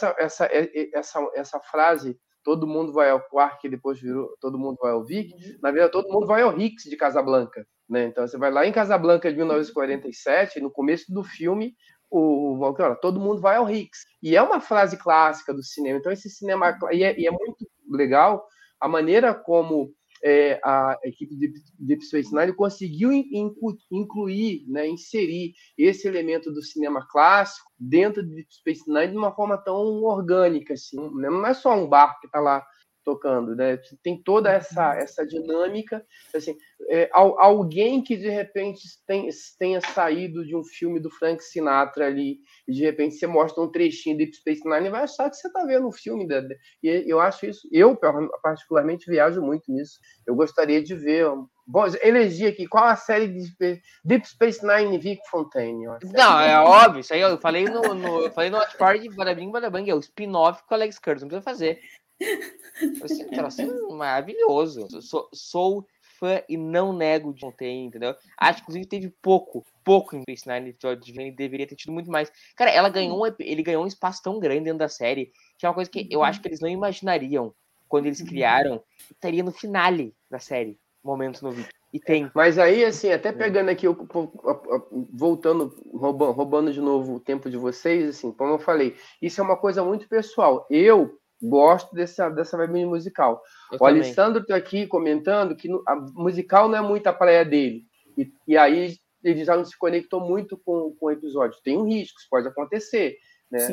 essa frase, todo mundo vai ao Quark, que depois virou todo mundo vai ao Vic, na verdade, todo mundo vai ao Hicks de Casablanca. Né? Então, você vai lá em Casablanca de 1947, no começo do filme, todo mundo vai ao Hicks. E é uma frase clássica do cinema. Então, esse cinema... E é muito legal a maneira como a equipe de Deep Space Nine conseguiu incluir, né, inserir esse elemento do cinema clássico dentro de Deep Space Nine de uma forma tão orgânica, assim, né? Não é só um barco que está lá tocando, né? Tem toda essa dinâmica, assim, alguém que de repente tenha saído de um filme do Frank Sinatra ali, e de repente você mostra um trechinho de Deep Space Nine e vai achar que você está vendo um filme e eu acho isso, eu particularmente viajo muito nisso. Eu gostaria de ver. Bom, elegi aqui, qual a série de Deep Space Nine Vic Fontaine? Não, é óbvio, isso aí eu falei no Watch Party de Badabing Badabang, é o spin-off com o Alex Kurtzman, não precisa fazer. Assim, um troço maravilhoso. Sou fã e não nego de Fontaine, entendeu? Acho que, inclusive, teve pouco em Space Nine, episódio de Vane, deveria ter tido muito mais. Cara, ele ganhou um espaço tão grande dentro da série, que é uma coisa que eu acho que eles não imaginariam quando eles criaram, estaria no finale da série, momento no vídeo. E tem. Mas aí, assim, até pegando aqui, voltando, roubando de novo o tempo de vocês, assim, como eu falei, isso é uma coisa muito pessoal. Eu gosto dessa vibe musical. O Alessandro tá aqui comentando que a musical não é muito a praia dele. E aí ele já não se conectou muito com o episódio. Tem um risco, isso pode acontecer, né?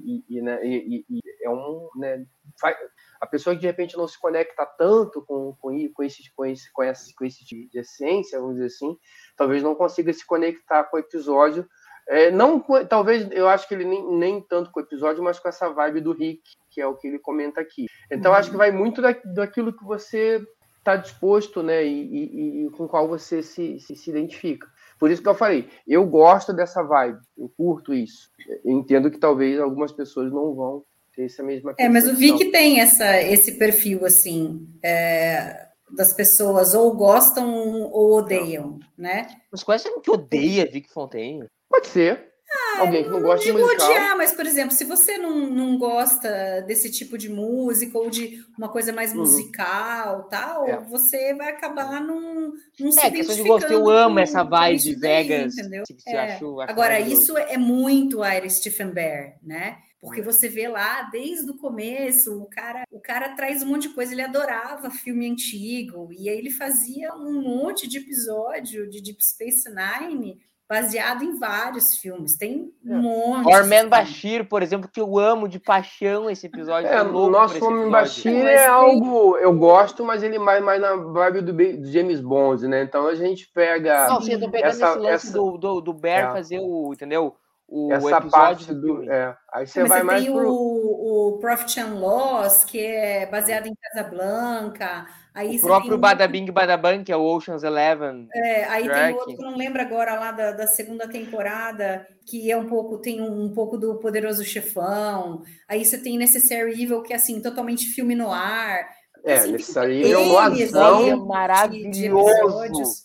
E é um, né? A pessoa que de repente não se conecta tanto com esse tipo de essência, vamos dizer assim, talvez não consiga se conectar com o episódio. Talvez eu acho que ele nem tanto com o episódio, mas com essa vibe do Rick, que é o que ele comenta aqui. Então acho que vai muito daquilo que você está disposto, né, e com qual você se identifica. Por isso que eu falei, eu gosto dessa vibe, eu curto isso. Eu entendo que talvez algumas pessoas não vão ter essa mesma percepção. Mas o Vic tem esse perfil, assim, das pessoas ou gostam ou odeiam, né? Mas conhece alguém que odeia Vic Fontaine? Pode ser. Alguém que não gosta de musical. Odiar, mas, por exemplo, se você não gosta desse tipo de música ou de uma coisa mais musical, tal, você vai acabar não se identificando. De gosto, eu amo essa vibe de Vegas. Entendeu? Acho agora, isso é muito Ira Stephen Bear, né? Porque você vê lá, desde o começo, o cara traz um monte de coisa, ele adorava filme antigo, e aí ele fazia um monte de episódio de Deep Space Nine, baseado em vários filmes. Tem um monte. Orman Bashir, por exemplo, que eu amo de paixão esse episódio. O nosso Orman Bashir é algo... Eu gosto, mas ele mais na vibe do James Bond, né? Então a gente pega... Não, vocês estão pegando esse lance do Bear fazer o... Entendeu? Essa parte do... Aí você vai mais tem o Profit and Loss, que é baseado em Casablanca. Aí o próprio Bada Bing Bada Bang, que é o Ocean's 11. Aí tem outro que eu não lembro agora lá da segunda temporada, que é tem um pouco do Poderoso Chefão. Aí você tem Necessary Evil, que é assim, totalmente filme no ar. Necessary Evil é uma ação maravilhoso.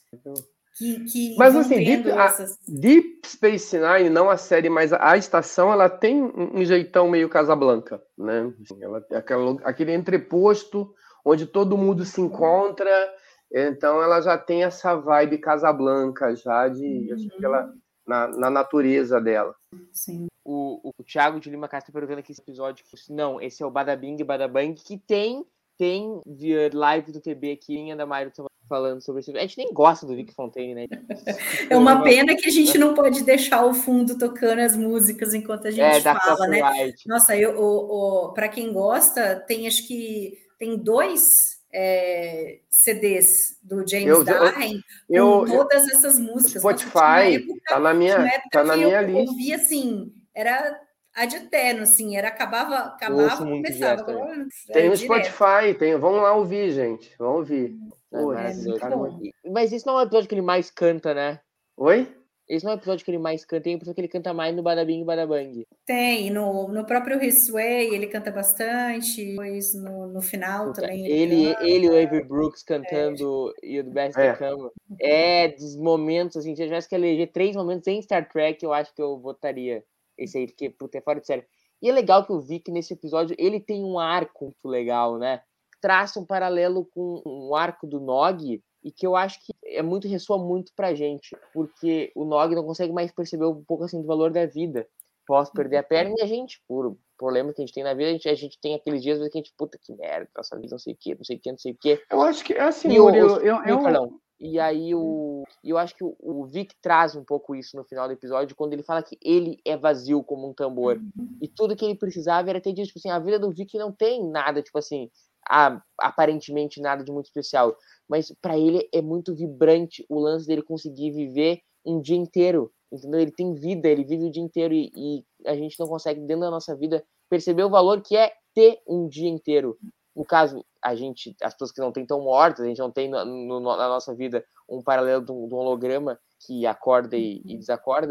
Mas assim, Deep Space Nine, não a série, mas a estação, ela tem um jeitão meio Casablanca, né? Ela tem aquele entreposto onde todo mundo se encontra, então ela já tem essa vibe Casablanca, já na natureza dela. Sim. O Thiago de Lima Castro perguntando aqui esse episódio, não, esse é o Bada Bing Bada Bang, que tem live do TB aqui, em Andamairo falando sobre isso. A gente nem gosta do Vic Fontaine, né? É uma pena que a gente não pode deixar o fundo tocando as músicas enquanto a gente fala, né? Nossa, para quem gosta, acho que tem 2 CDs do James Darren com todas essas músicas. Spotify, tá na minha lista. Eu ouvi assim, era ad eterno, assim, acabava, começava. Tem no Spotify, vamos lá ouvir, gente. Vamos ouvir. Mas esse não é o episódio que ele mais canta, né? Oi? Esse não é o episódio que ele mais canta, tem o episódio que ele canta mais no Bada Bing Bada Bang. Tem, no próprio His Way ele canta bastante, depois no final também. Ele e o Avery Brooks cantando e o The Best da Cama. Dos momentos, assim, se eu tivesse que eleger 3 momentos em Star Trek, eu acho que eu votaria esse aí, porque é fora de série. E é legal que o Vic, nesse episódio, ele tem um arco muito legal, né? Traça um paralelo com um arco do Nog, e que eu acho que ressoa muito pra gente, porque o Nog não consegue mais perceber um pouco assim do valor da vida. Posso perder a perna e a gente, por problema que a gente tem na vida, a gente tem aqueles dias que a gente, puta que merda, nossa vida, não sei o que. Eu acho que, assim, E aí eu acho que o Vic traz um pouco isso no final do episódio, quando ele fala que ele é vazio como um tambor. E tudo que ele precisava era ter disso, tipo assim, a vida do Vic não tem nada, tipo assim, aparentemente nada de muito especial. Mas para ele é muito vibrante o lance dele conseguir viver um dia inteiro, entendeu? Ele tem vida, ele vive o dia inteiro e a gente não consegue, dentro da nossa vida, perceber o valor que é ter um dia inteiro. No caso, as pessoas que não têm tão mortas, a gente não tem na nossa vida um paralelo de um holograma que acorda e desacorda,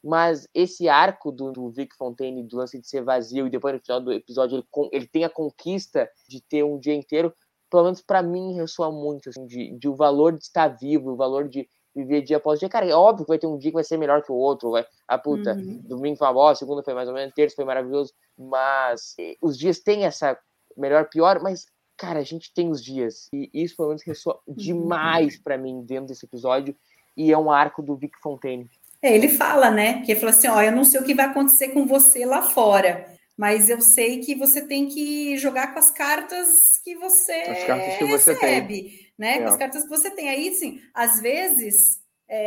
Mas esse arco do Vic Fontaine, do lance de ser vazio, e depois no final do episódio ele tem a conquista de ter um dia inteiro, pelo menos pra mim ressoa muito, assim, de o valor de estar vivo, o valor de viver dia após dia. Cara, é óbvio que vai ter um dia que vai ser melhor que o outro, domingo foi uma bosta, segunda foi mais ou menos, terça foi maravilhoso, mas os dias têm essa melhor, pior, mas, cara, a gente tem os dias, e isso pelo menos ressoa demais pra mim dentro desse episódio, e é um arco do Vic Fontaine. Ele fala, né? Que ele falou assim: ó, eu não sei o que vai acontecer com você lá fora, mas eu sei que você tem que jogar com as cartas que você recebe, né? Com as cartas que você tem. Aí, sim, às vezes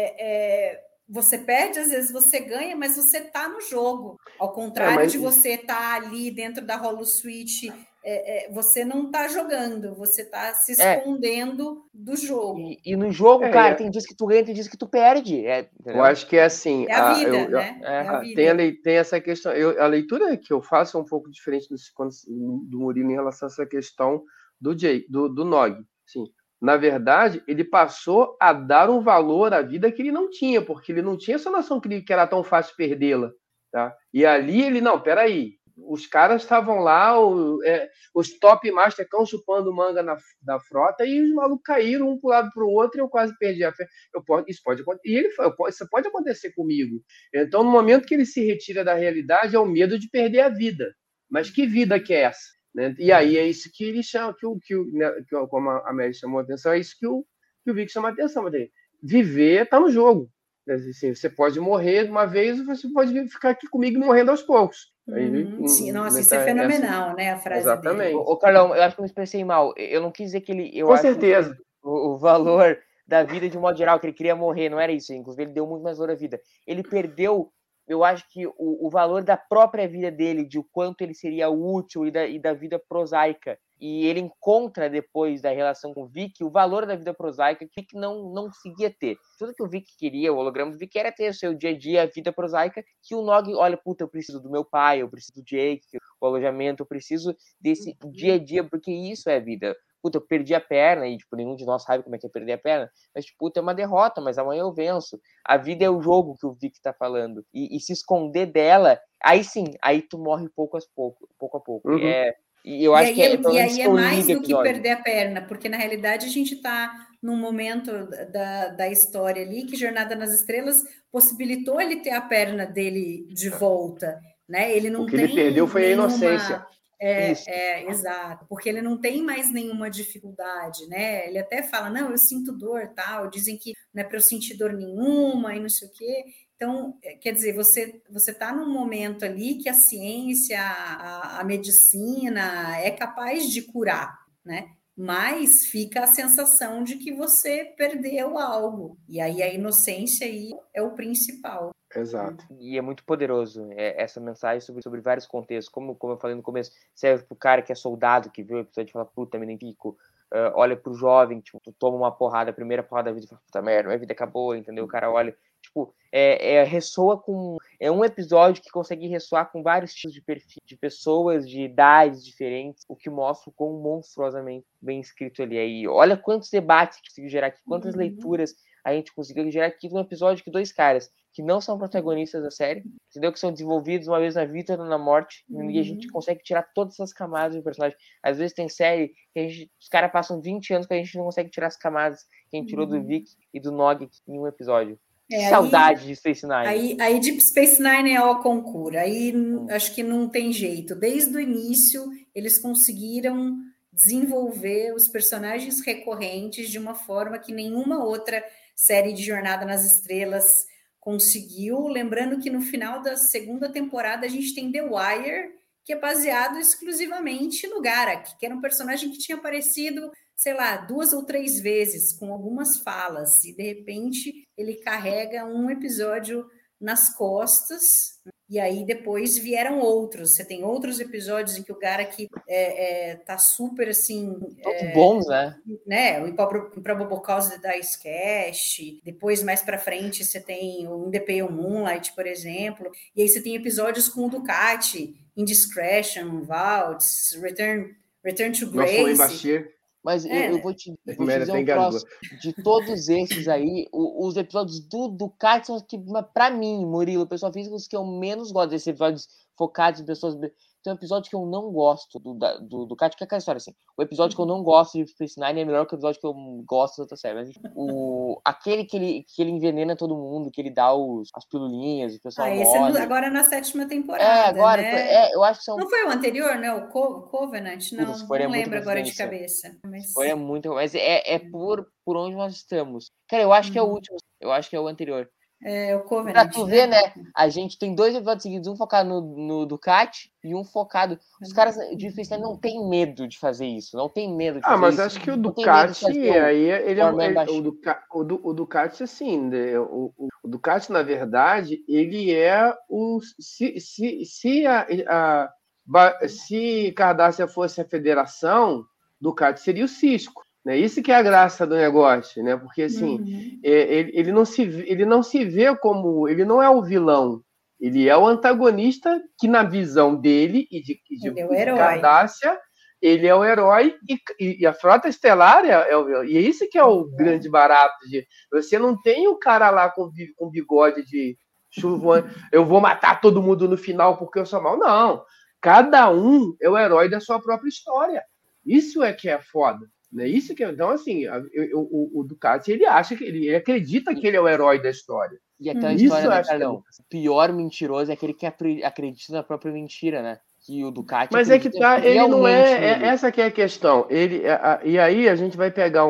você perde, às vezes você ganha, mas você tá no jogo. Ao contrário de você estar ali dentro da Holosuite, você não tá jogando, você tá se escondendo do jogo. E no jogo, cara, tem dias que tu ganha, tem dias que tu perde. Eu acho que é assim. É a vida, né? A vida. Tem essa questão. A leitura que eu faço é um pouco diferente do Murilo em relação a essa questão do Nog. Sim. Na verdade, ele passou a dar um valor à vida que ele não tinha, porque ele não tinha essa noção que era tão fácil perdê-la. Tá? E ali ele, não, peraí, os caras estavam lá, os top master estão chupando manga da frota e os malucos caíram um para o lado para o outro e eu quase perdi a fé. Isso pode acontecer. E ele falou, isso pode acontecer comigo. Então, no momento que ele se retira da realidade, é o medo de perder a vida. Mas que vida que é essa? Né? E aí é isso que ele chama, como a Mary chamou a atenção, é isso que o Vic chama a atenção. Viver está no jogo. Assim, você pode morrer uma vez, você pode ficar aqui comigo morrendo aos poucos. Sim, nossa, isso é fenomenal, né? A frase exatamente. dele. Ô, Carlão, eu acho que eu me expressei mal. Eu não quis dizer que ele... Com certeza. O valor da vida de um modo geral, que ele queria morrer, não era isso. Inclusive, ele deu muito mais valor à vida. Ele perdeu, eu acho que o valor da própria vida dele, de o quanto ele seria útil e da vida prosaica. E ele encontra, depois da relação com o Vic, o valor da vida prosaica que o Vic não conseguia ter. Tudo que o Vic queria, o holograma do Vic, era ter o seu dia a dia, a vida prosaica, que o Nog, olha, puta, eu preciso do meu pai, eu preciso do Jake, o alojamento, eu preciso desse dia a dia, porque isso é vida. Puta, eu perdi a perna, e tipo, nenhum de nós sabe como é que é perder a perna, mas tipo, puta, é uma derrota, mas amanhã eu venço. A vida é o jogo que o Vic tá falando. E se esconder dela, aí sim, aí tu morre pouco a pouco. E eu acho que aí é mais do que perder a perna, porque na realidade a gente está num momento da história ali que Jornada nas Estrelas possibilitou ele ter a perna dele de volta, né? Ele não o que ele perdeu foi a inocência. Exato, porque ele não tem mais nenhuma dificuldade, né? Ele até fala, não, eu sinto dor, tal, dizem que não é para eu sentir dor nenhuma e não sei o quê. Então, quer dizer, você está num momento ali que a ciência, a medicina é capaz de curar, né? Mas fica a sensação de que você perdeu algo. E aí a inocência aí é o principal. Exato. E é muito poderoso essa mensagem sobre vários contextos. Como eu falei no começo, serve pro cara que é soldado, que viu o episódio e fala, puta, me identifico. Olha pro jovem, tipo, tu toma uma porrada, a primeira porrada da vida e fala, puta merda, minha vida acabou, entendeu? O cara olha, tipo, ressoa com... É um episódio que consegue ressoar com vários tipos de perfil, de pessoas, de idades diferentes, o que mostra o quão monstruosamente bem escrito ele é. E olha quantos debates que conseguiu gerar aqui, quantas leituras a gente conseguiu gerar aqui num episódio que dois caras que não são protagonistas da série, entendeu? Que são desenvolvidos uma vez na vida, outra na morte, e a gente consegue tirar todas essas camadas do personagem. Às vezes tem série que os caras passam 20 anos que a gente não consegue tirar as camadas que a gente tirou do Vic e do Nog em um episódio. Saudade de Space Nine. Aí Deep Space Nine é o concurso. Aí acho que não tem jeito. Desde o início, eles conseguiram desenvolver os personagens recorrentes de uma forma que nenhuma outra série de Jornada nas Estrelas conseguiu. Lembrando que no final da segunda temporada a gente tem The Wire, que é baseado exclusivamente no Garak, que era um personagem que tinha aparecido, sei lá, 2 ou 3 vezes, com algumas falas, e de repente ele carrega um episódio nas costas, e aí depois vieram outros. Você tem outros episódios em que o Garak tá super assim... Todos bons, né? O Improbable Cause da Dice depois mais para frente você tem o In the Pale Moonlight, por exemplo, e aí você tem episódios com o Ducati, Indiscretion, Waltz, Return to Grace. Mas eu vou te dizer um troço. De todos esses aí, os episódios do Ducati são os que, pra mim, Murilo, pessoal físico, os que eu menos gosto desses episódios focados em pessoas... Tem um episódio que eu não gosto do Ducati, que é aquela história assim. O episódio que eu não gosto de Space Nine é melhor que o episódio que eu gosto da outra série. Mas, aquele que ele envenena todo mundo, que ele dá as pilulinhas, o pessoal morre. Esse agora na 7ª temporada, agora, né? eu acho que são... Não foi o anterior, né? O Covenant? Não lembro agora de cabeça. Mas... Foi muito... Mas por onde nós estamos. Cara, eu acho que é o último. Eu acho que é o anterior. É o Covenant. Pra tu ver, né? A gente tem 2 episódios seguidos, um focado no Ducati e um focado... Os caras de freestyle não tem medo de fazer isso. Não tem medo de fazer isso. Mas acho que o Ducati, o Ducati, assim, o Ducati, na verdade, ele é o... Se Cardácia fosse a federação, Ducati seria o Cisco. Isso que é a graça do negócio, né? Porque assim, ele não se vê como... Ele não é o vilão, ele é o antagonista que, na visão dele e de Cardácia, ele é o herói e a Frota Estelar e é isso que é o grande barato. Você não tem o cara lá com bigode de chuva, eu vou matar todo mundo no final porque eu sou mal. Não, cada um é o herói da sua própria história. Isso é que é foda. Isso que, então, assim, o Ducati, ele acha que ele acredita que ele é o herói da história. E aquela história, né, Carlão? O pior mentiroso é aquele que acredita na própria mentira, né? Que o Ducati... Mas é que tá, ele não essa que é a questão. E aí a gente vai pegar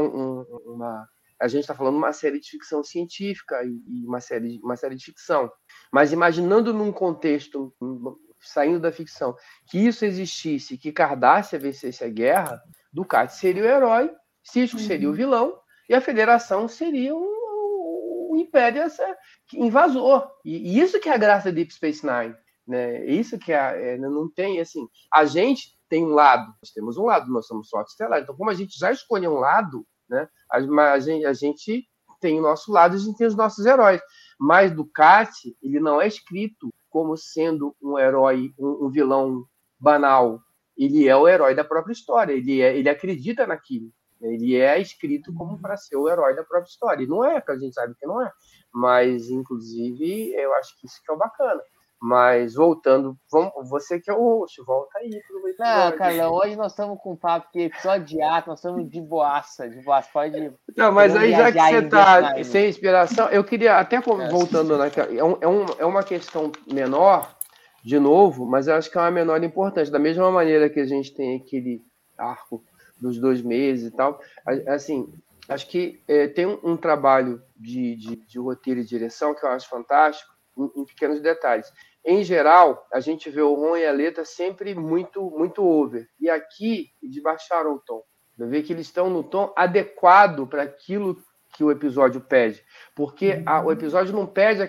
a gente está falando uma série de ficção científica e uma série de ficção. Mas imaginando num contexto, saindo da ficção, que isso existisse, que Cardácia vencesse a guerra, Ducati seria o herói, Cisco seria o vilão e a Federação seria o Império invasor. E isso que é a graça de Deep Space Nine, né? Isso que não tem, assim... A gente tem um lado, nós temos um lado, nós somos Frota Estelar. Então, como a gente já escolheu um lado, né? A gente tem o nosso lado, a gente tem os nossos heróis. Mas Ducati, ele não é escrito como sendo um herói, um vilão banal. Ele é o herói da própria história, ele acredita naquilo. Ele é escrito como para ser o herói da própria história. E não é, porque a gente sabe que não é. Mas, inclusive, eu acho que isso que é o bacana. Mas, voltando, você que é o host, volta aí. Não, Carlão, hoje nós estamos com um papo que episódio de ato, nós estamos de boaça, pode... Não, mas aí já que você está sem inspiração, eu queria, até voltando naquela... É uma questão menor, de novo, mas eu acho que é uma menor importante. Da mesma maneira que a gente tem aquele arco dos 2 meses e tal, assim, acho que tem um trabalho de roteiro e direção que eu acho fantástico, em pequenos detalhes. Em geral, a gente vê o Ron e a Leta sempre muito, muito over. E aqui, eles baixaram o tom. Eu vejo que eles estão no tom adequado para aquilo que o episódio pede. Porque o episódio não pede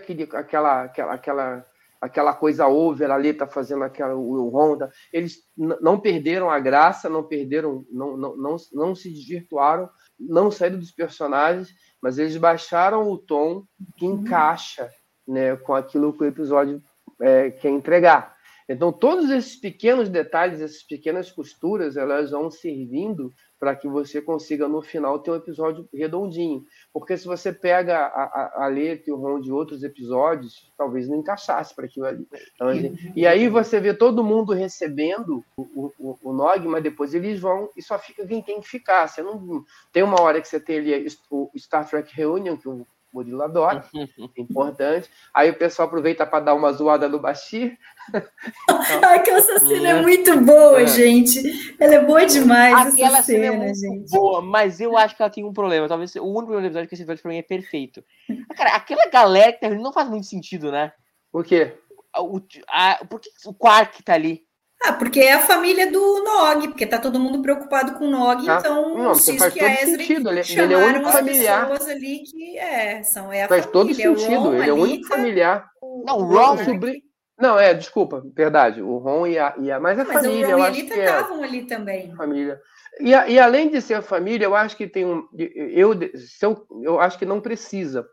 aquela coisa over, a Leta fazendo o Ron. Eles não perderam a graça, não se desvirtuaram, não saíram dos personagens, mas eles baixaram o tom que encaixa, né, com aquilo que o episódio quer entregar. Então, todos esses pequenos detalhes, essas pequenas costuras, elas vão servindo para que você consiga, no final, ter um episódio redondinho. Porque se você pega a Leta e o Ron de outros episódios, talvez não encaixasse para aquilo ali. Então, e aí você vê todo mundo recebendo o Nog, mas depois eles vão e só fica quem tem que ficar. Você não tem uma hora que você tem ali o Star Trek Reunion, que o Murilo adora, é importante. Aí o pessoal aproveita para dar uma zoada no Bashir. Aquela cena é muito boa, gente. Ela é boa demais. Aquela cena é muito gente. Boa, mas eu acho que ela tem um problema. Talvez o único problema do episódio é que esse episódio para mim é perfeito. Cara, aquela galera que tá não faz muito sentido, né? Por quê? Por que o Quark tá ali? Porque é a família do Nog, porque tá todo mundo preocupado com o Nog, então o Cisco e a Ezri chamaram ele é o único as familiar. Pessoas ali que são a faz família. Todo sentido, Ron, ele é o único familiar. Não, o Ron... Não, desculpa, verdade, o Ron e a mas a família, o Ron eu e a acho Lita que estavam ali também. Família. E além de ser família, eu acho que tem eu acho que não precisa.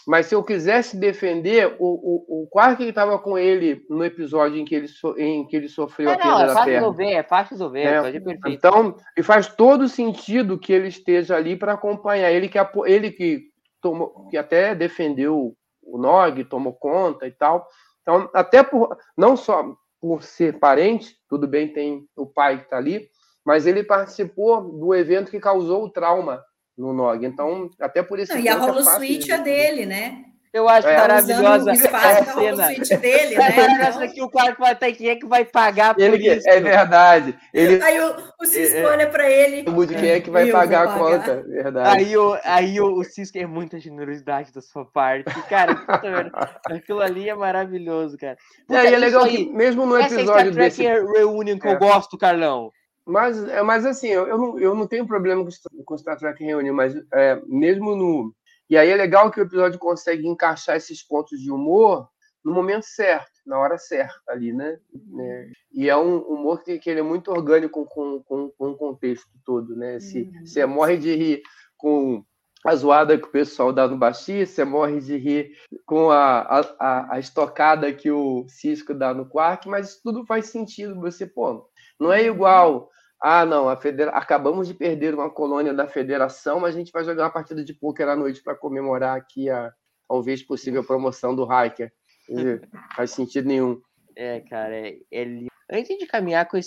Mas se eu quisesse defender, o Quark que estava com ele no episódio em que ele sofreu a perda da perna. É fácil resolver, pode ser perfeito. Então, e faz todo sentido que ele esteja ali para acompanhar. Ele que até defendeu o Nog, tomou conta e tal. Então, até não só por ser parente, tudo bem, tem o pai que está ali, mas ele participou do evento que causou o trauma no Nog. Então, até por isso... E a holosuite é dele, né? Eu acho maravilhosa o espaço da holosuite dele, né? Então... que o quarto vai ter quem é que vai pagar por isso. É verdade. Aí o Cisco olha para ele... Quem é que vai pagar a conta? Verdade. Aí o Cisco é muita generosidade da sua parte. Cara, aquilo ali é maravilhoso, cara. Puta, é legal que mesmo no episódio desse... Essa é a Trek Reunion que eu gosto, Carlão. Mas assim, eu não tenho problema com Star Trek Reunion, mas mesmo no... E aí é legal que o episódio consegue encaixar esses pontos de humor no momento certo, na hora certa ali, né? E é um humor que ele é muito orgânico com o contexto todo, né? Você morre de rir com a zoada que o pessoal dá no baixista, você morre de rir com a estocada que o Cisco dá no Quark, mas isso tudo faz sentido. Você, não é igual... não, acabamos de perder uma colônia da Federação, mas a gente vai jogar uma partida de pôquer à noite para comemorar aqui talvez possível promoção do Hiker. Faz sentido nenhum. Cara, antes de caminhar com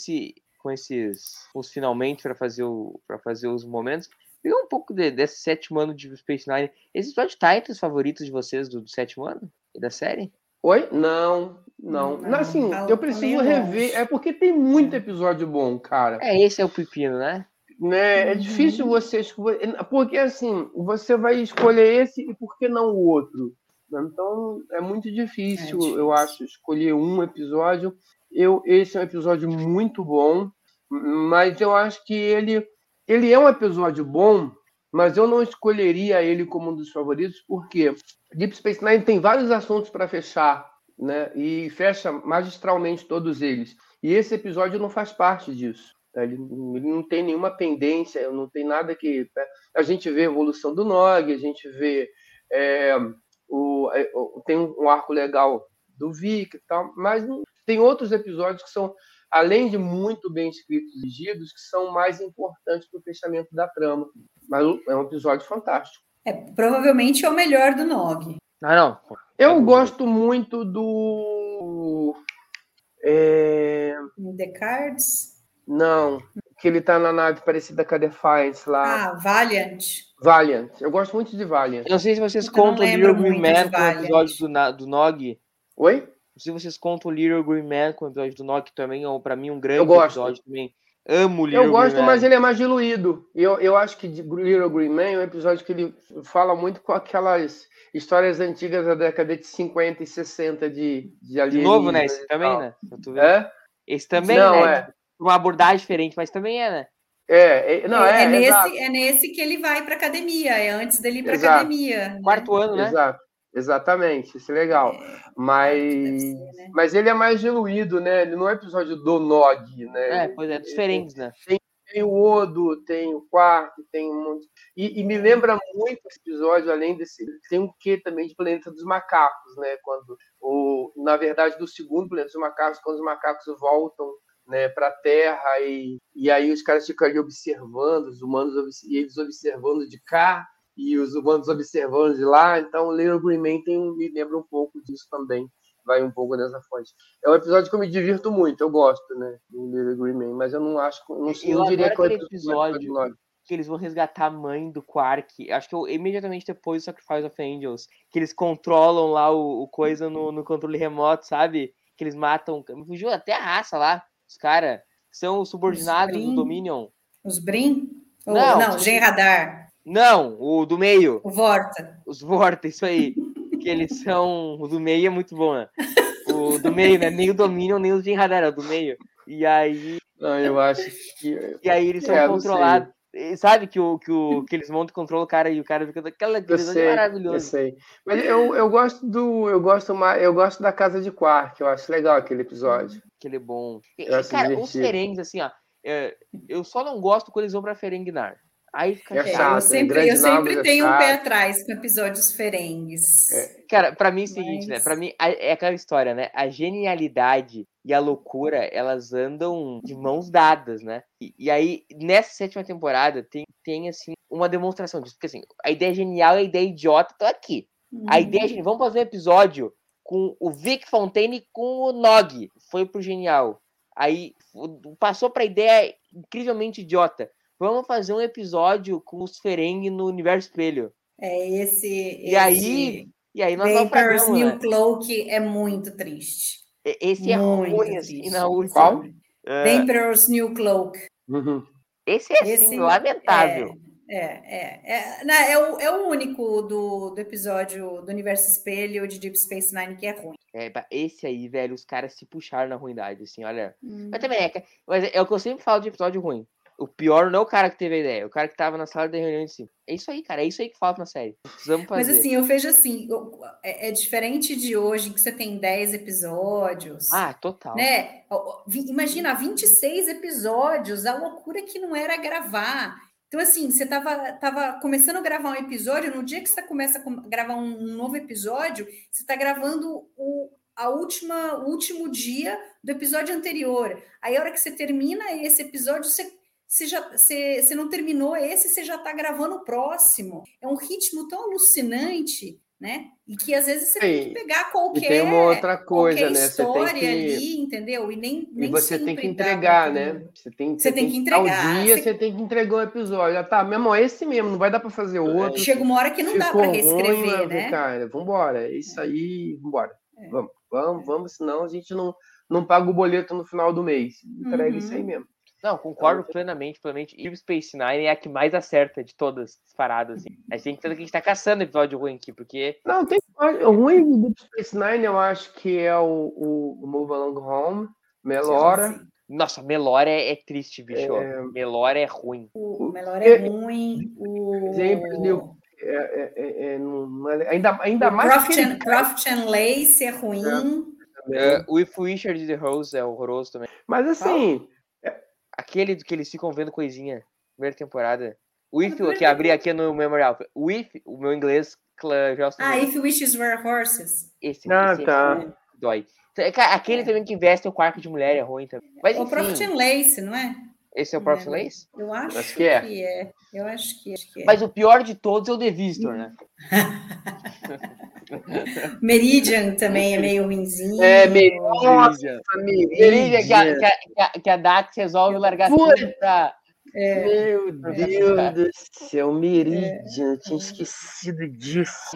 os finalmente para fazer os momentos, pegar um pouco desse 7º ano de Space Nine. Esses titles favoritos de vocês do 7º ano e da série? Oi? Não. Assim, eu preciso rever. É porque tem muito episódio bom, cara. Esse é o pepino, né? É difícil você escolher. Porque, assim, você vai escolher esse e por que não o outro? Então, é muito difícil, eu acho, escolher um episódio. Esse é um episódio muito bom, mas eu acho que ele é um episódio bom, mas eu não escolheria ele como um dos favoritos, porque Deep Space Nine tem vários assuntos para fechar, né? E fecha magistralmente todos eles. E esse episódio não faz parte disso. Tá? Ele não tem nenhuma pendência, não tem nada que... A gente vê a evolução do Nog, a gente vê... tem um arco legal do Vic e tal, mas tem outros episódios que são, além de muito bem escritos e dirigidos, que são mais importantes para o fechamento da trama. Mas é um episódio fantástico. Provavelmente é o melhor do Nog. Não. Eu gosto muito do... The Cards? Não, que ele tá na nave parecida com a Defiance lá. Valiant. Eu gosto muito de Valiant. Eu não sei se vocês contam o Little Green Man com o episódio do Nog. Oi? Não sei se vocês contam o Little Green Man com o episódio do Nog, que também é, pra mim, um grande episódio também. Amo o Little Green Man. Eu gosto, mas ele é mais diluído. Eu acho que Little Green Man é um episódio que ele fala muito com aquelas histórias antigas da década de 50 e 60 de alienígenas. De novo, né? Esse também, né? Esse também, né? Uma abordagem diferente, mas também né? É nesse que ele vai para academia, é antes dele ir para academia. Né? 4º ano, né? Exatamente, isso é legal. Mas ele é mais diluído, né? Ele não é episódio do Nog, né? Pois é, diferentes, né? Tem o Odo, tem o Quark, tem um monte. E me lembra muito esse episódio, além desse. Tem um quê também de Planeta dos Macacos, né? Na verdade, do segundo Planeta dos Macacos, quando os macacos voltam, né, para a Terra e aí os caras ficam ali observando, os humanos e eles observando de cá e os humanos observando de lá. Então o Little Green Man me lembra um pouco disso também, vai um pouco nessa fonte. É um episódio que eu me divirto muito, eu gosto, né, do Little Green Man, mas eu não acho, não diria que é o episódio que eles vão resgatar a mãe do Quark, acho que imediatamente depois do Sacrifice of Angels, que eles controlam lá o coisa no controle remoto, sabe? Que eles matam, me fugiu até a raça lá. Os caras são subordinados do Dominion. Os Brin? Não, Gen Radar. Não, o do meio. O Vorta. Os Vorta, isso aí. Que eles são... O do meio é muito bom, né? O do meio, né? Nem o Dominion, nem o Gen Radar, é o do meio. E aí... Não, eu acho que... E aí eles são controlados. Sabe que eles montam e controlam o cara e o cara fica daquela episódio maravilhoso. Eu sei. Mas eu gosto da Casa de Quark, eu acho legal aquele episódio. Aquele é bom. Cara, os Ferengues, assim, ó, eu só não gosto quando eles vão pra Ferengnar. Aí fica É chato. chato. Eu sempre tenho um pé atrás com episódios ferengues. Cara, pra mim é o seguinte, né? Pra mim é aquela história, né? A genialidade e a loucura, elas andam de mãos dadas, né? E aí, nessa 7ª temporada, tem assim, uma demonstração disso. Porque assim, a ideia genial e a ideia idiota estão aqui. A ideia genial, vamos fazer um episódio com o Vic Fontaine com o Nog. Foi pro genial. Aí passou pra ideia incrivelmente idiota. Vamos fazer um episódio com os Ferengi no Universo Espelho. E aí nós The Emperor's naufragamos, New né? Cloak é muito triste. Esse é Muito ruim, triste. assim, na última. Qual? The Emperor's New Cloak. Uhum. Esse é, assim, lamentável. É o único do episódio do Universo Espelho de Deep Space Nine que é ruim. Esse aí, velho, os caras se puxaram na ruindade, assim, olha. Mas também mas é o que eu sempre falo de episódio ruim. O pior não é o cara que teve a ideia, é o cara que tava na sala de reunião de cima. É isso aí, cara, é isso aí que falta na série. Precisamos fazer. Mas assim, eu vejo assim, é diferente de hoje, que você tem 10 episódios. Ah, total. Né? Imagina, 26 episódios, a loucura que não era gravar. Então, assim, você tava começando a gravar um episódio, no dia que você começa a gravar um novo episódio, você está gravando o último dia do episódio anterior. Aí, a hora que você termina esse episódio, você não terminou esse, você já está gravando o próximo. É um ritmo tão alucinante, né? E que às vezes você tem que pegar qualquer, tem uma outra coisa, né? história você tem que... ali, entendeu? E nem você tem que entregar, né? Você tem que entregar. Ao dia você tem que entregar um episódio. Tá, meu irmão, esse mesmo, não vai dar para fazer outro. Chega uma hora que não dá para reescrever, ruim, né? Cara, vambora, é isso aí, vambora. Vamos, senão a gente não paga o boleto no final do mês. Entrega isso aí mesmo. Não, concordo plenamente. E o Space Nine é a que mais acerta de todas as paradas. Assim. A gente tem que entender que a gente tá caçando episódio ruim aqui, porque... Não, tem o ruim do Deep Space Nine, eu acho que é o Move Along Home, Melora. Sim. Nossa, Melora é triste, bicho. Melora é ruim. O Melora é ruim. Ainda mais... Croft and Lace é ruim. O If Wishard the Rose é horroroso também. Mas assim... Aquele que eles ficam vendo coisinha, primeira temporada. O If, que abri aqui no Memorial. O If, o meu inglês... If Wishes Were Horses. Esse tá. Dói. Aquele também que veste o quarto de mulher é ruim também. Mas, o Profit and Lace, não é? Esse é o Profit and Lace? Eu acho que é. Eu acho que é. Mas o pior de todos é o The Visitor, né? Meridian também é meio ruimzinho. Meridian. Que a Dax resolve largar tudo pra... Meu Deus do céu, Meridian, eu tinha esquecido disso.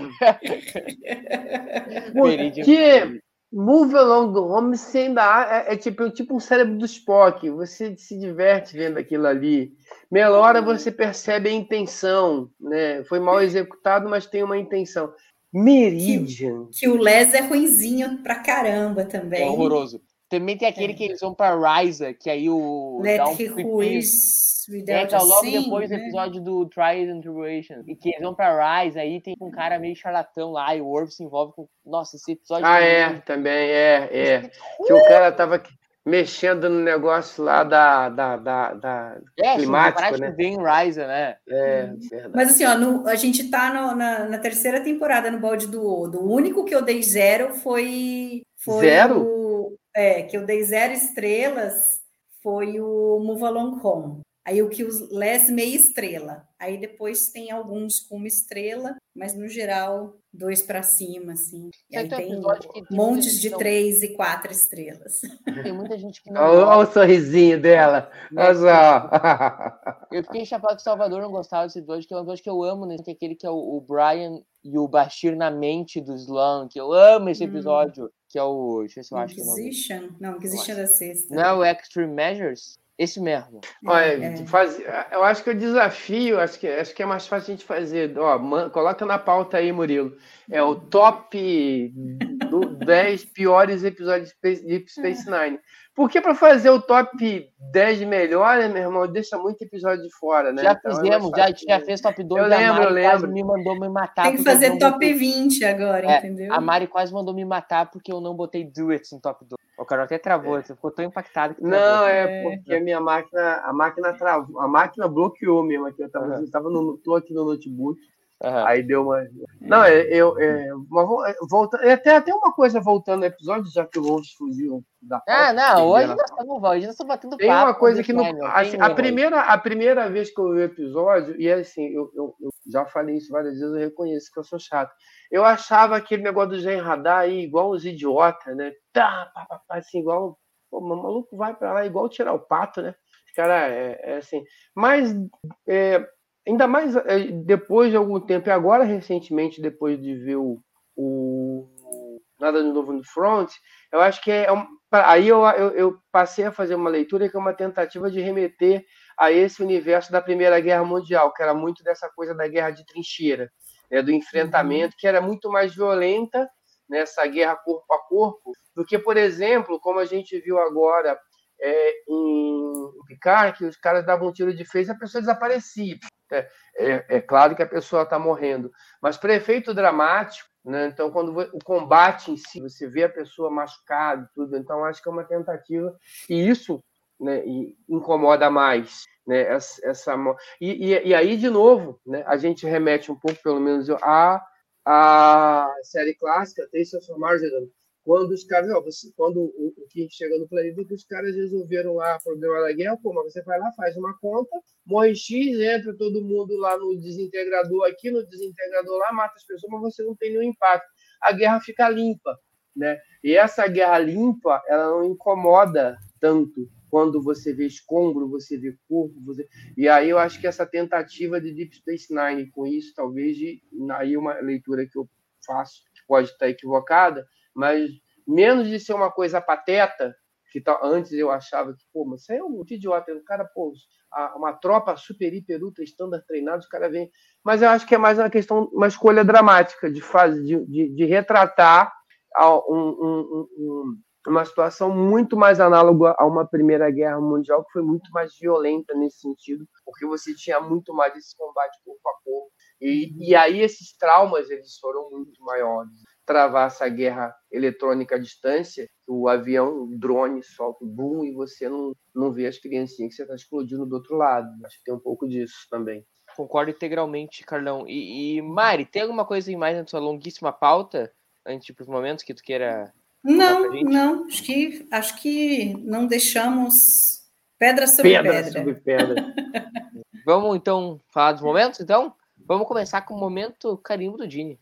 Porque Move Along Home você ainda é tipo um cérebro do Spock, você se diverte vendo aquilo ali. Melora você percebe a intenção, né? Foi mal executado, mas tem uma intenção. Meridian. Que o Les é ruinzinho pra caramba também. É horroroso. Também tem aquele que eles vão pra Ryza, que aí o... Let He Who Is Without que é logo Sin, depois do episódio do Trials and Tribulations. E que eles vão pra Ryza, aí tem um cara meio charlatão lá, e o Worf se envolve com... Nossa, esse episódio... Também é. Que o cara tava mexendo no negócio lá da climático, né? Bem Ryza, né? Verdade. Mas assim, ó, a gente tá na terceira temporada no balde do Odo. O único que eu dei 0 foi zero? Que eu dei 0 estrelas foi o Move Along Home. Aí o que os Les meia estrela. Aí depois tem alguns com 1 estrela, mas no geral 2 para cima, assim. E aí tem montes de 3 e 4 estrelas. Tem muita gente que não... Olha o sorrisinho dela. Olha só. Eu fiquei chapado que o Salvador não gostava desse episódio, que é um episódio que eu amo, né? Que é aquele que é o Brian e o Bashir na mente do Slan, que eu amo esse episódio, que é o... Deixa eu ver se eu acho que é o nome. Não, Inquisition da sexta. Não, o Extreme Measures? Esse mesmo. Olha, eu acho que o desafio, acho que é mais fácil a gente fazer. Coloca na pauta aí, Murilo. É o top 10 piores episódios de Deep Space Nine. Porque para fazer o top 10 melhores, meu irmão, deixa muito episódio de fora, né? Já fizemos, já fez top 2. Eu lembro. Quase me mandou me matar. Tem que fazer top 20 agora, entendeu? A Mari quase mandou me matar porque eu não botei Duets no top 2. O Carol até travou, você ficou tão impactado que travou. Não, porque a máquina travou, a máquina bloqueou mesmo aqui. Tô aqui no notebook, aí deu uma. Não, volta, até uma coisa voltando ao episódio, já que o Wolves fugiu da pauta. Hoje nós estamos batendo papo. Tem uma coisa que a primeira vez que eu vi o episódio, e assim, eu já falei isso várias vezes, eu reconheço que eu sou chato. Eu achava aquele negócio do Zen Radar aí igual os idiotas, né? Assim, igual. Pô, o maluco vai pra lá igual tirar o pato, né? Os caras assim. Mas ainda mais depois de algum tempo, e agora recentemente, depois de ver o Nada de Novo no Front, eu acho que aí eu passei a fazer uma leitura que é uma tentativa de remeter a esse universo da Primeira Guerra Mundial, que era muito dessa coisa da guerra de trincheira, do enfrentamento, que era muito mais violenta nessa guerra corpo a corpo do que, por exemplo, como a gente viu agora em Picard, que os caras davam um tiro de phaser e a pessoa desaparecia. É claro que a pessoa está morrendo, mas para efeito dramático, né? Então, quando o combate em si, você vê a pessoa machucada e tudo, então acho que é uma tentativa, e isso, né, incomoda mais, né, e aí, de novo, né, a gente remete um pouco, pelo menos, à série clássica, Tales of Martyrdom, quando os caras, quando o Kirk chega no planeta, que os caras resolveram lá o problema da guerra, mas você vai lá, faz uma conta, morre X, entra todo mundo lá no desintegrador aqui, no desintegrador lá, mata as pessoas, mas você não tem nenhum impacto. A guerra fica limpa, né? E essa guerra limpa, ela não incomoda tanto quando você vê escombro, você vê corpo, e aí eu acho que essa tentativa de Deep Space Nine com isso, talvez, aí uma leitura que eu faço, que pode estar equivocada, mas menos de ser uma coisa pateta, que antes eu achava que, mas isso aí é um idiota, o cara, uma tropa super, hiper, ultra, standard treinada, os caras vêm. Mas eu acho que é mais uma escolha dramática de retratar uma situação muito mais análoga a uma Primeira Guerra Mundial, que foi muito mais violenta nesse sentido, porque você tinha muito mais esse combate corpo a corpo. E aí esses traumas eles foram muito maiores. Travar essa guerra eletrônica à distância, o avião, o drone solta o boom e você não vê as criancinhas que você está explodindo do outro lado. Acho que tem um pouco disso também. Concordo integralmente, Carlão. E Mari, tem alguma coisa em mais na sua longuíssima pauta, antes para os momentos que tu queira... Não. Acho que não deixamos pedra sobre pedra. Vamos, então, falar dos momentos, então? Vamos começar com o momento carimbo do Gene.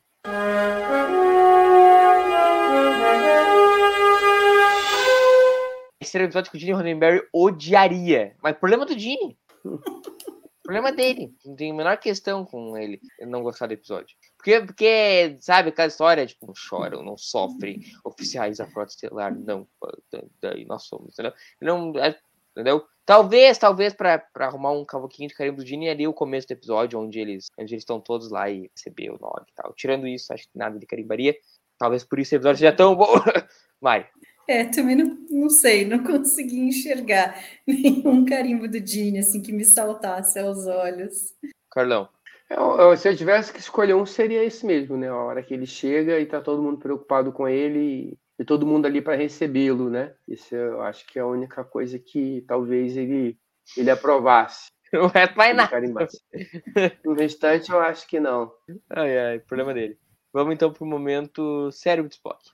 Esse era o episódio que o Gene Roddenberry odiaria. Mas problema do Gene. Problema dele. Não tem a menor questão com ele não gostar do episódio. Porque sabe, aquela história, tipo, não choram, não sofrem, oficiais da Frota Estelar, não, daí nós somos, entendeu? Não, entendeu? Talvez para arrumar um cavoquinho de carimbo do Gene ali o começo do episódio, onde eles estão todos lá e receber o Nog e tal. Tirando isso, acho que nada de carimbaria. Talvez por isso o episódio seja tão bom. Mari. Também não sei, não consegui enxergar nenhum carimbo do Gene, assim, que me saltasse aos olhos. Carlão. Se eu tivesse que escolher um, seria esse mesmo, né? A hora que ele chega e tá todo mundo preocupado com ele e todo mundo ali para recebê-lo, né? Isso eu acho que é a única coisa que talvez ele aprovasse. O resto vai nada. No restante, eu acho que não. Ai, problema dele. Vamos então pro momento cérebro de Spock.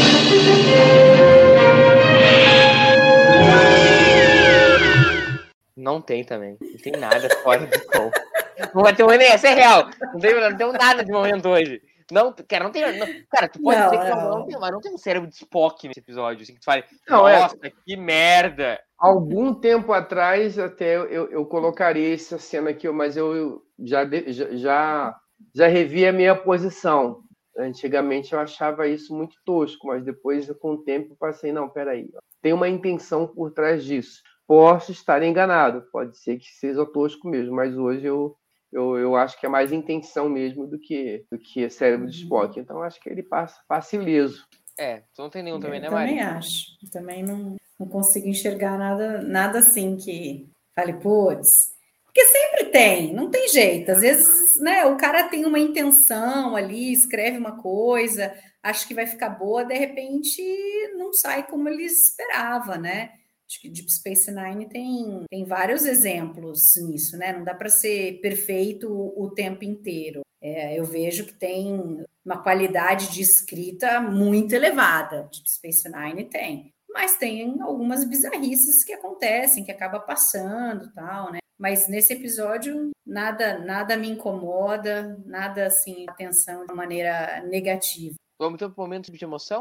Não tem também. Não tem nada fora do tom. Não vai ter um essa é real. Não tem nada de momento hoje. Não, cara, não tem. Cara, tu pode dizer que não tem um cérebro de Spock nesse episódio. Assim, que tu fala, nossa, que merda. Algum tempo atrás, até eu colocaria essa cena aqui, mas eu já revi a minha posição. Antigamente eu achava isso muito tosco, mas depois, com o tempo, passei, não, peraí, tem uma intenção por trás disso. Posso estar enganado, pode ser que seja tosco mesmo, mas hoje eu acho que é mais intenção mesmo do que cérebro de Spock. Então, acho que ele passa ileso. Tu não tem nenhum também, né, Mari? Também acho. Também não consigo enxergar nada assim que fale, putz. Porque sempre tem, não tem jeito. Às vezes, né, o cara tem uma intenção ali, escreve uma coisa, acha que vai ficar boa, de repente não sai como ele esperava, né? Acho que Deep Space Nine tem vários exemplos nisso, né? Não dá para ser perfeito o tempo inteiro. Eu vejo que tem uma qualidade de escrita muito elevada. Deep Space Nine tem. Mas tem algumas bizarrices que acontecem, que acaba passando, tal, né? Mas nesse episódio nada me incomoda, nada assim, atenção de maneira negativa. Vamos ter um momento de emoção?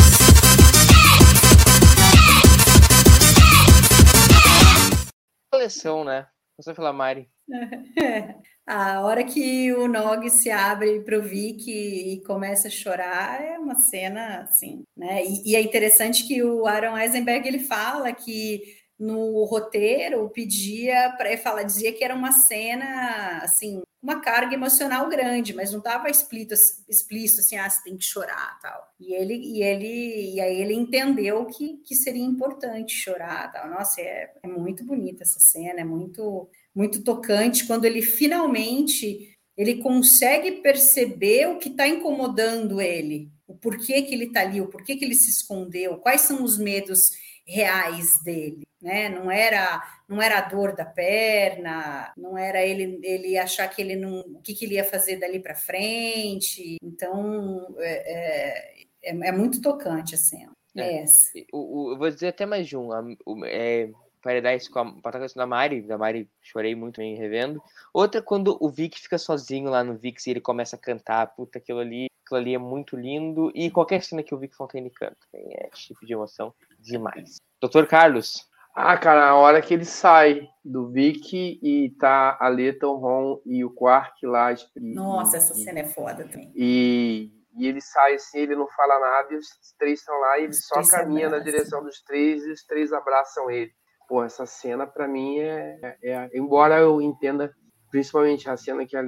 Coleção, né? Você vai falar, Mari. A hora que o Nog se abre para o Vic e começa a chorar é uma cena assim, né? E é interessante que o Aaron Eisenberg ele fala que no roteiro dizia que era uma cena assim, uma carga emocional grande, mas não estava explícito assim, você tem que chorar, tal. E aí ele entendeu que seria importante chorar, tal. Nossa, é muito bonita essa cena, é muito tocante quando ele finalmente ele consegue perceber o que está incomodando ele, o porquê que ele está ali, o porquê que ele se escondeu, quais são os medos reais dele, né? Não era a dor da perna, não era ele achar que ele não, o que ele ia fazer dali para frente. Então é muito tocante a cena. Eu vou dizer até mais de um. Para isso com a questão da Mari, chorei muito também revendo. Outra, quando o Vic fica sozinho lá no Vix e ele começa a cantar, puta, aquilo ali é muito lindo. E qualquer cena que o Vic Fontaine canta, é tipo de emoção demais. Dr. Carlos. Cara, a hora que ele sai do Vic e tá a Leta, o Ron e o Quark lá. Nossa, essa cena é foda também. E ele sai assim, ele não fala nada, e os três estão lá e ele só caminha na direção dos três e os três abraçam ele. Pô, essa cena pra mim embora eu entenda principalmente a cena que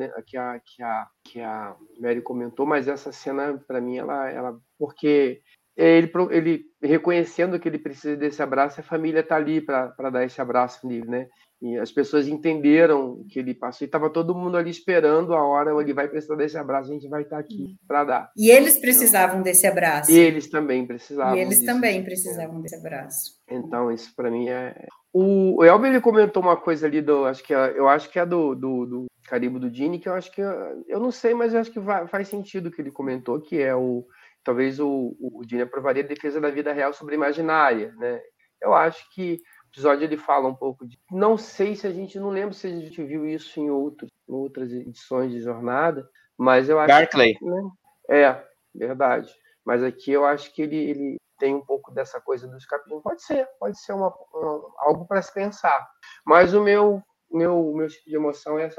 a Mary comentou, mas essa cena pra mim ela porque ele reconhecendo que ele precisa desse abraço, a família tá ali para dar esse abraço nele, né? E as pessoas entenderam que ele passou e estava todo mundo ali esperando a hora ele vai precisar desse abraço, a gente vai estar aqui para dar. E eles precisavam desse abraço. E eles também precisavam. Desse abraço. Então, isso para mim O Elber ele comentou uma coisa ali eu acho que é do Carimbo do Dini, que eu acho que eu não sei, mas eu acho que faz sentido o que ele comentou, que é talvez o Dini aprovaria a defesa da vida real sobre a imaginária, né? Eu acho que o episódio ele fala um pouco de... Não sei se não lembro se a gente viu isso em outras edições de Jornada, mas eu acho Barclay. Que... Né? Verdade. Mas aqui eu acho que ele tem um pouco dessa coisa dos capítulos. Pode ser algo para se pensar. Mas o meu tipo de emoção é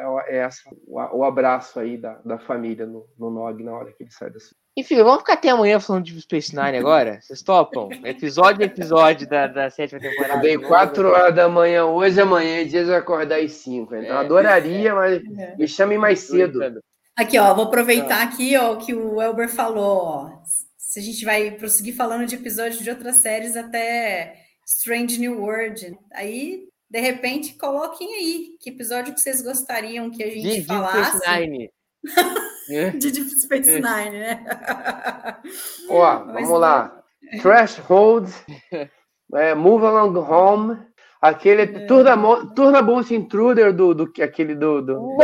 o abraço aí da família no Nog na hora que ele sai da cidade. Enfim, vamos ficar até amanhã falando de Space Nine agora? Vocês topam? Episódio da 7ª temporada. Dei 4 horas da manhã hoje, amanhã dia de acordar às 5. Então adoraria, mas me chame mais cedo. Aqui, ó, vou aproveitar aqui, ó, o que o Elber falou, ó. Se a gente vai prosseguir falando de episódios de outras séries até Strange New World. Aí, de repente, coloquem aí que episódio que vocês gostariam que a gente falasse. Space Nine. De Deep Space Nine, né? Ó, vamos lá. Threshold, Move Along Home, aquele Turnabout Intruder aquele do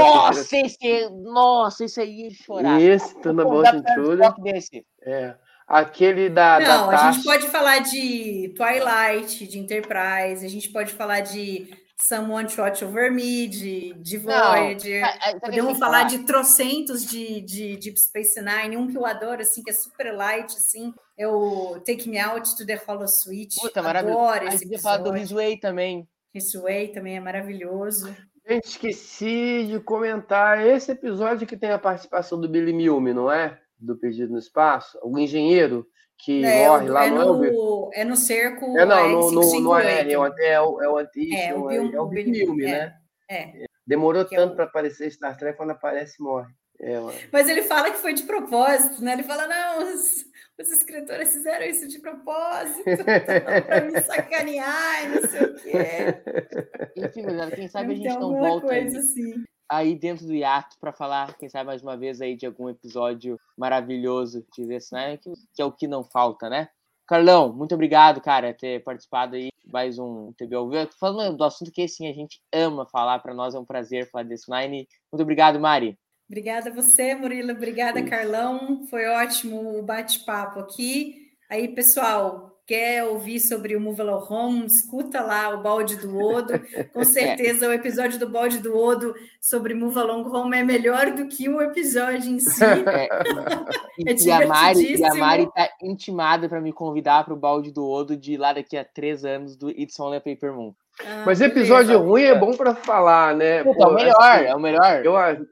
Nossa, esse aí ia chorar. Isso, Turnabout Intruder. Aquele da Não, a gente pode falar de Twilight, de Enterprise, a gente pode falar de Someone to Watch Over Me, de Voyager. Podemos falar de trocentos de Deep Space Nine. Um que eu adoro, assim, que é super light, assim, é o Take Me Out to the Holosuite. Puta, maravilhoso. Adoro esse episódio. Falar do His Way também. His Way também é maravilhoso. Gente, esqueci de comentar esse episódio que tem a participação do Billy Milne, não é? Do Perdido no Espaço. O engenheiro que morre lá no... É no cerco... no o Billy Milne, né? Demorou tanto para aparecer Star Trek, quando aparece, morre. Mas ele fala que foi de propósito, né? Ele fala, não, os escritores fizeram isso de propósito para me sacanear, não sei o quê. Enfim, galera, quem sabe a gente Tem não alguma volta coisa assim. aí dentro do hiato para falar, quem sabe mais uma vez aí de algum episódio maravilhoso de DS9, que é o que não falta, né? Carlão, muito obrigado, cara, por ter participado aí mais um TB ao vivo. Falando do assunto que assim a gente ama falar, para nós é um prazer falar desse Nine. Muito obrigado, Mari. Obrigada a você, Murilo. Obrigada, Carlão. Foi ótimo o bate-papo aqui. Aí, pessoal, quer ouvir sobre o Move Along Home? Escuta lá o Balde do Odo. Com certeza o episódio do Balde do Odo sobre Move Along Home é melhor do que o episódio em si. E a Mari tá intimada para me convidar para o Balde do Odo de lá daqui a 3 anos do It's Only a Paper Moon. Mas episódio ruim é bom para falar, né? Pô, é o melhor.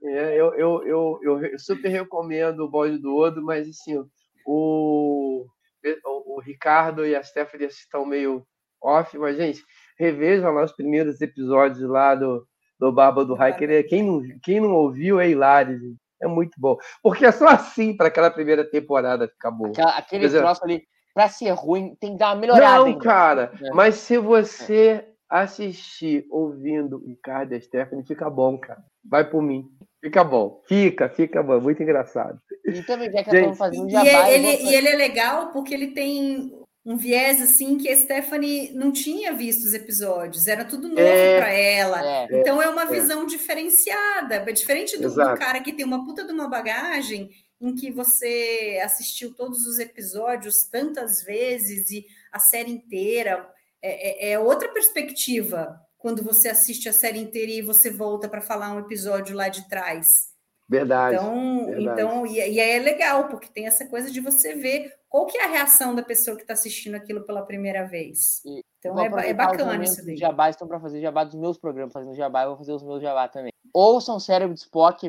Eu super recomendo o Balde do Odo, mas assim, o Ricardo e a Stephanie estão meio off, mas, gente, revejam lá os primeiros episódios lá do Barba do Hiker. Quem não ouviu é hilário, gente. É muito bom. Porque é só assim para aquela primeira temporada ficar boa. Aquele troço ali, para ser ruim, tem que dar uma melhorada. Não, cara, mas se você assistir ouvindo o Ricardo e a Stephanie, fica bom, cara. Vai por mim. Fica bom. Fica bom. Muito engraçado. E também, já que estamos fazendo jabá... E ele é legal porque ele tem um viés, assim, que a Stephanie não tinha visto os episódios. Era tudo novo para ela. Então, é uma visão diferenciada. É diferente do cara que tem uma puta de uma bagagem em que você assistiu todos os episódios tantas vezes e a série inteira... É outra perspectiva quando você assiste a série inteira e você volta para falar um episódio lá de trás. Verdade. Então, e é legal, porque tem essa coisa de você ver qual que é a reação da pessoa que está assistindo aquilo pela primeira vez. Então, é bacana isso daí. Jabá estão para fazer jabá dos meus programas, fazendo jabá, eu vou fazer os meus jabá também. Ouçam Cérebro de Spock,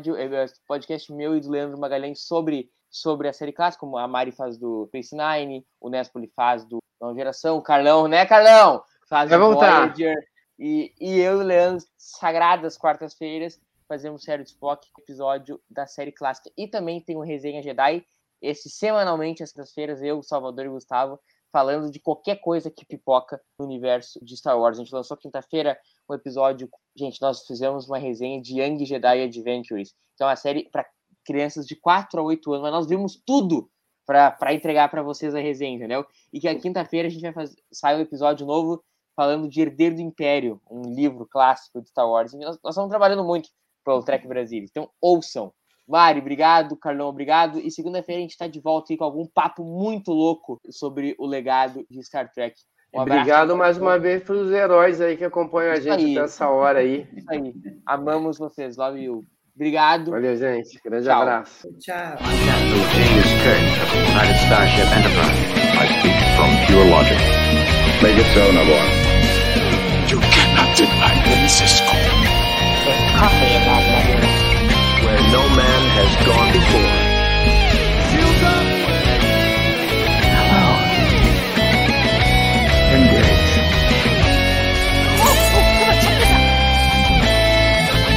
podcast meu e do Leandro Magalhães sobre a série clássica, como a Mari faz do Space Nine, o Nespoli faz do Nova Geração, o Carlão, né, Carlão? Faz do Voyager, e eu e o Leandro, sagradas quartas-feiras, fazemos série de Spock, episódio da série clássica. E também tem um Resenha Jedi, esse semanalmente, às quintas-feiras, eu, Salvador e Gustavo, falando de qualquer coisa que pipoca no universo de Star Wars. A gente lançou quinta-feira um episódio, gente, nós fizemos uma resenha de Young Jedi Adventures, que é uma série para crianças de 4 a 8 anos, mas nós vimos tudo para entregar para vocês a resenha, entendeu? E que a quinta-feira a gente vai sair um episódio novo falando de Herdeiro do Império, um livro clássico de Star Wars. E nós estamos trabalhando muito pelo Trek Brasil, então ouçam. Mari, obrigado, Carlão, obrigado. E segunda-feira a gente está de volta aí com algum papo muito louco sobre o legado de Star Trek. Obrigado mais uma vez pelos heróis aí que acompanham a gente até essa hora aí. Isso aí. Amamos vocês. Love you. Obrigado. Valeu, gente. Grande abraço. Tchau. James Kirk of the United Starship Enterprise. I speak from pure logic. Make it so, Navarro. You cannot deny me, Cisco.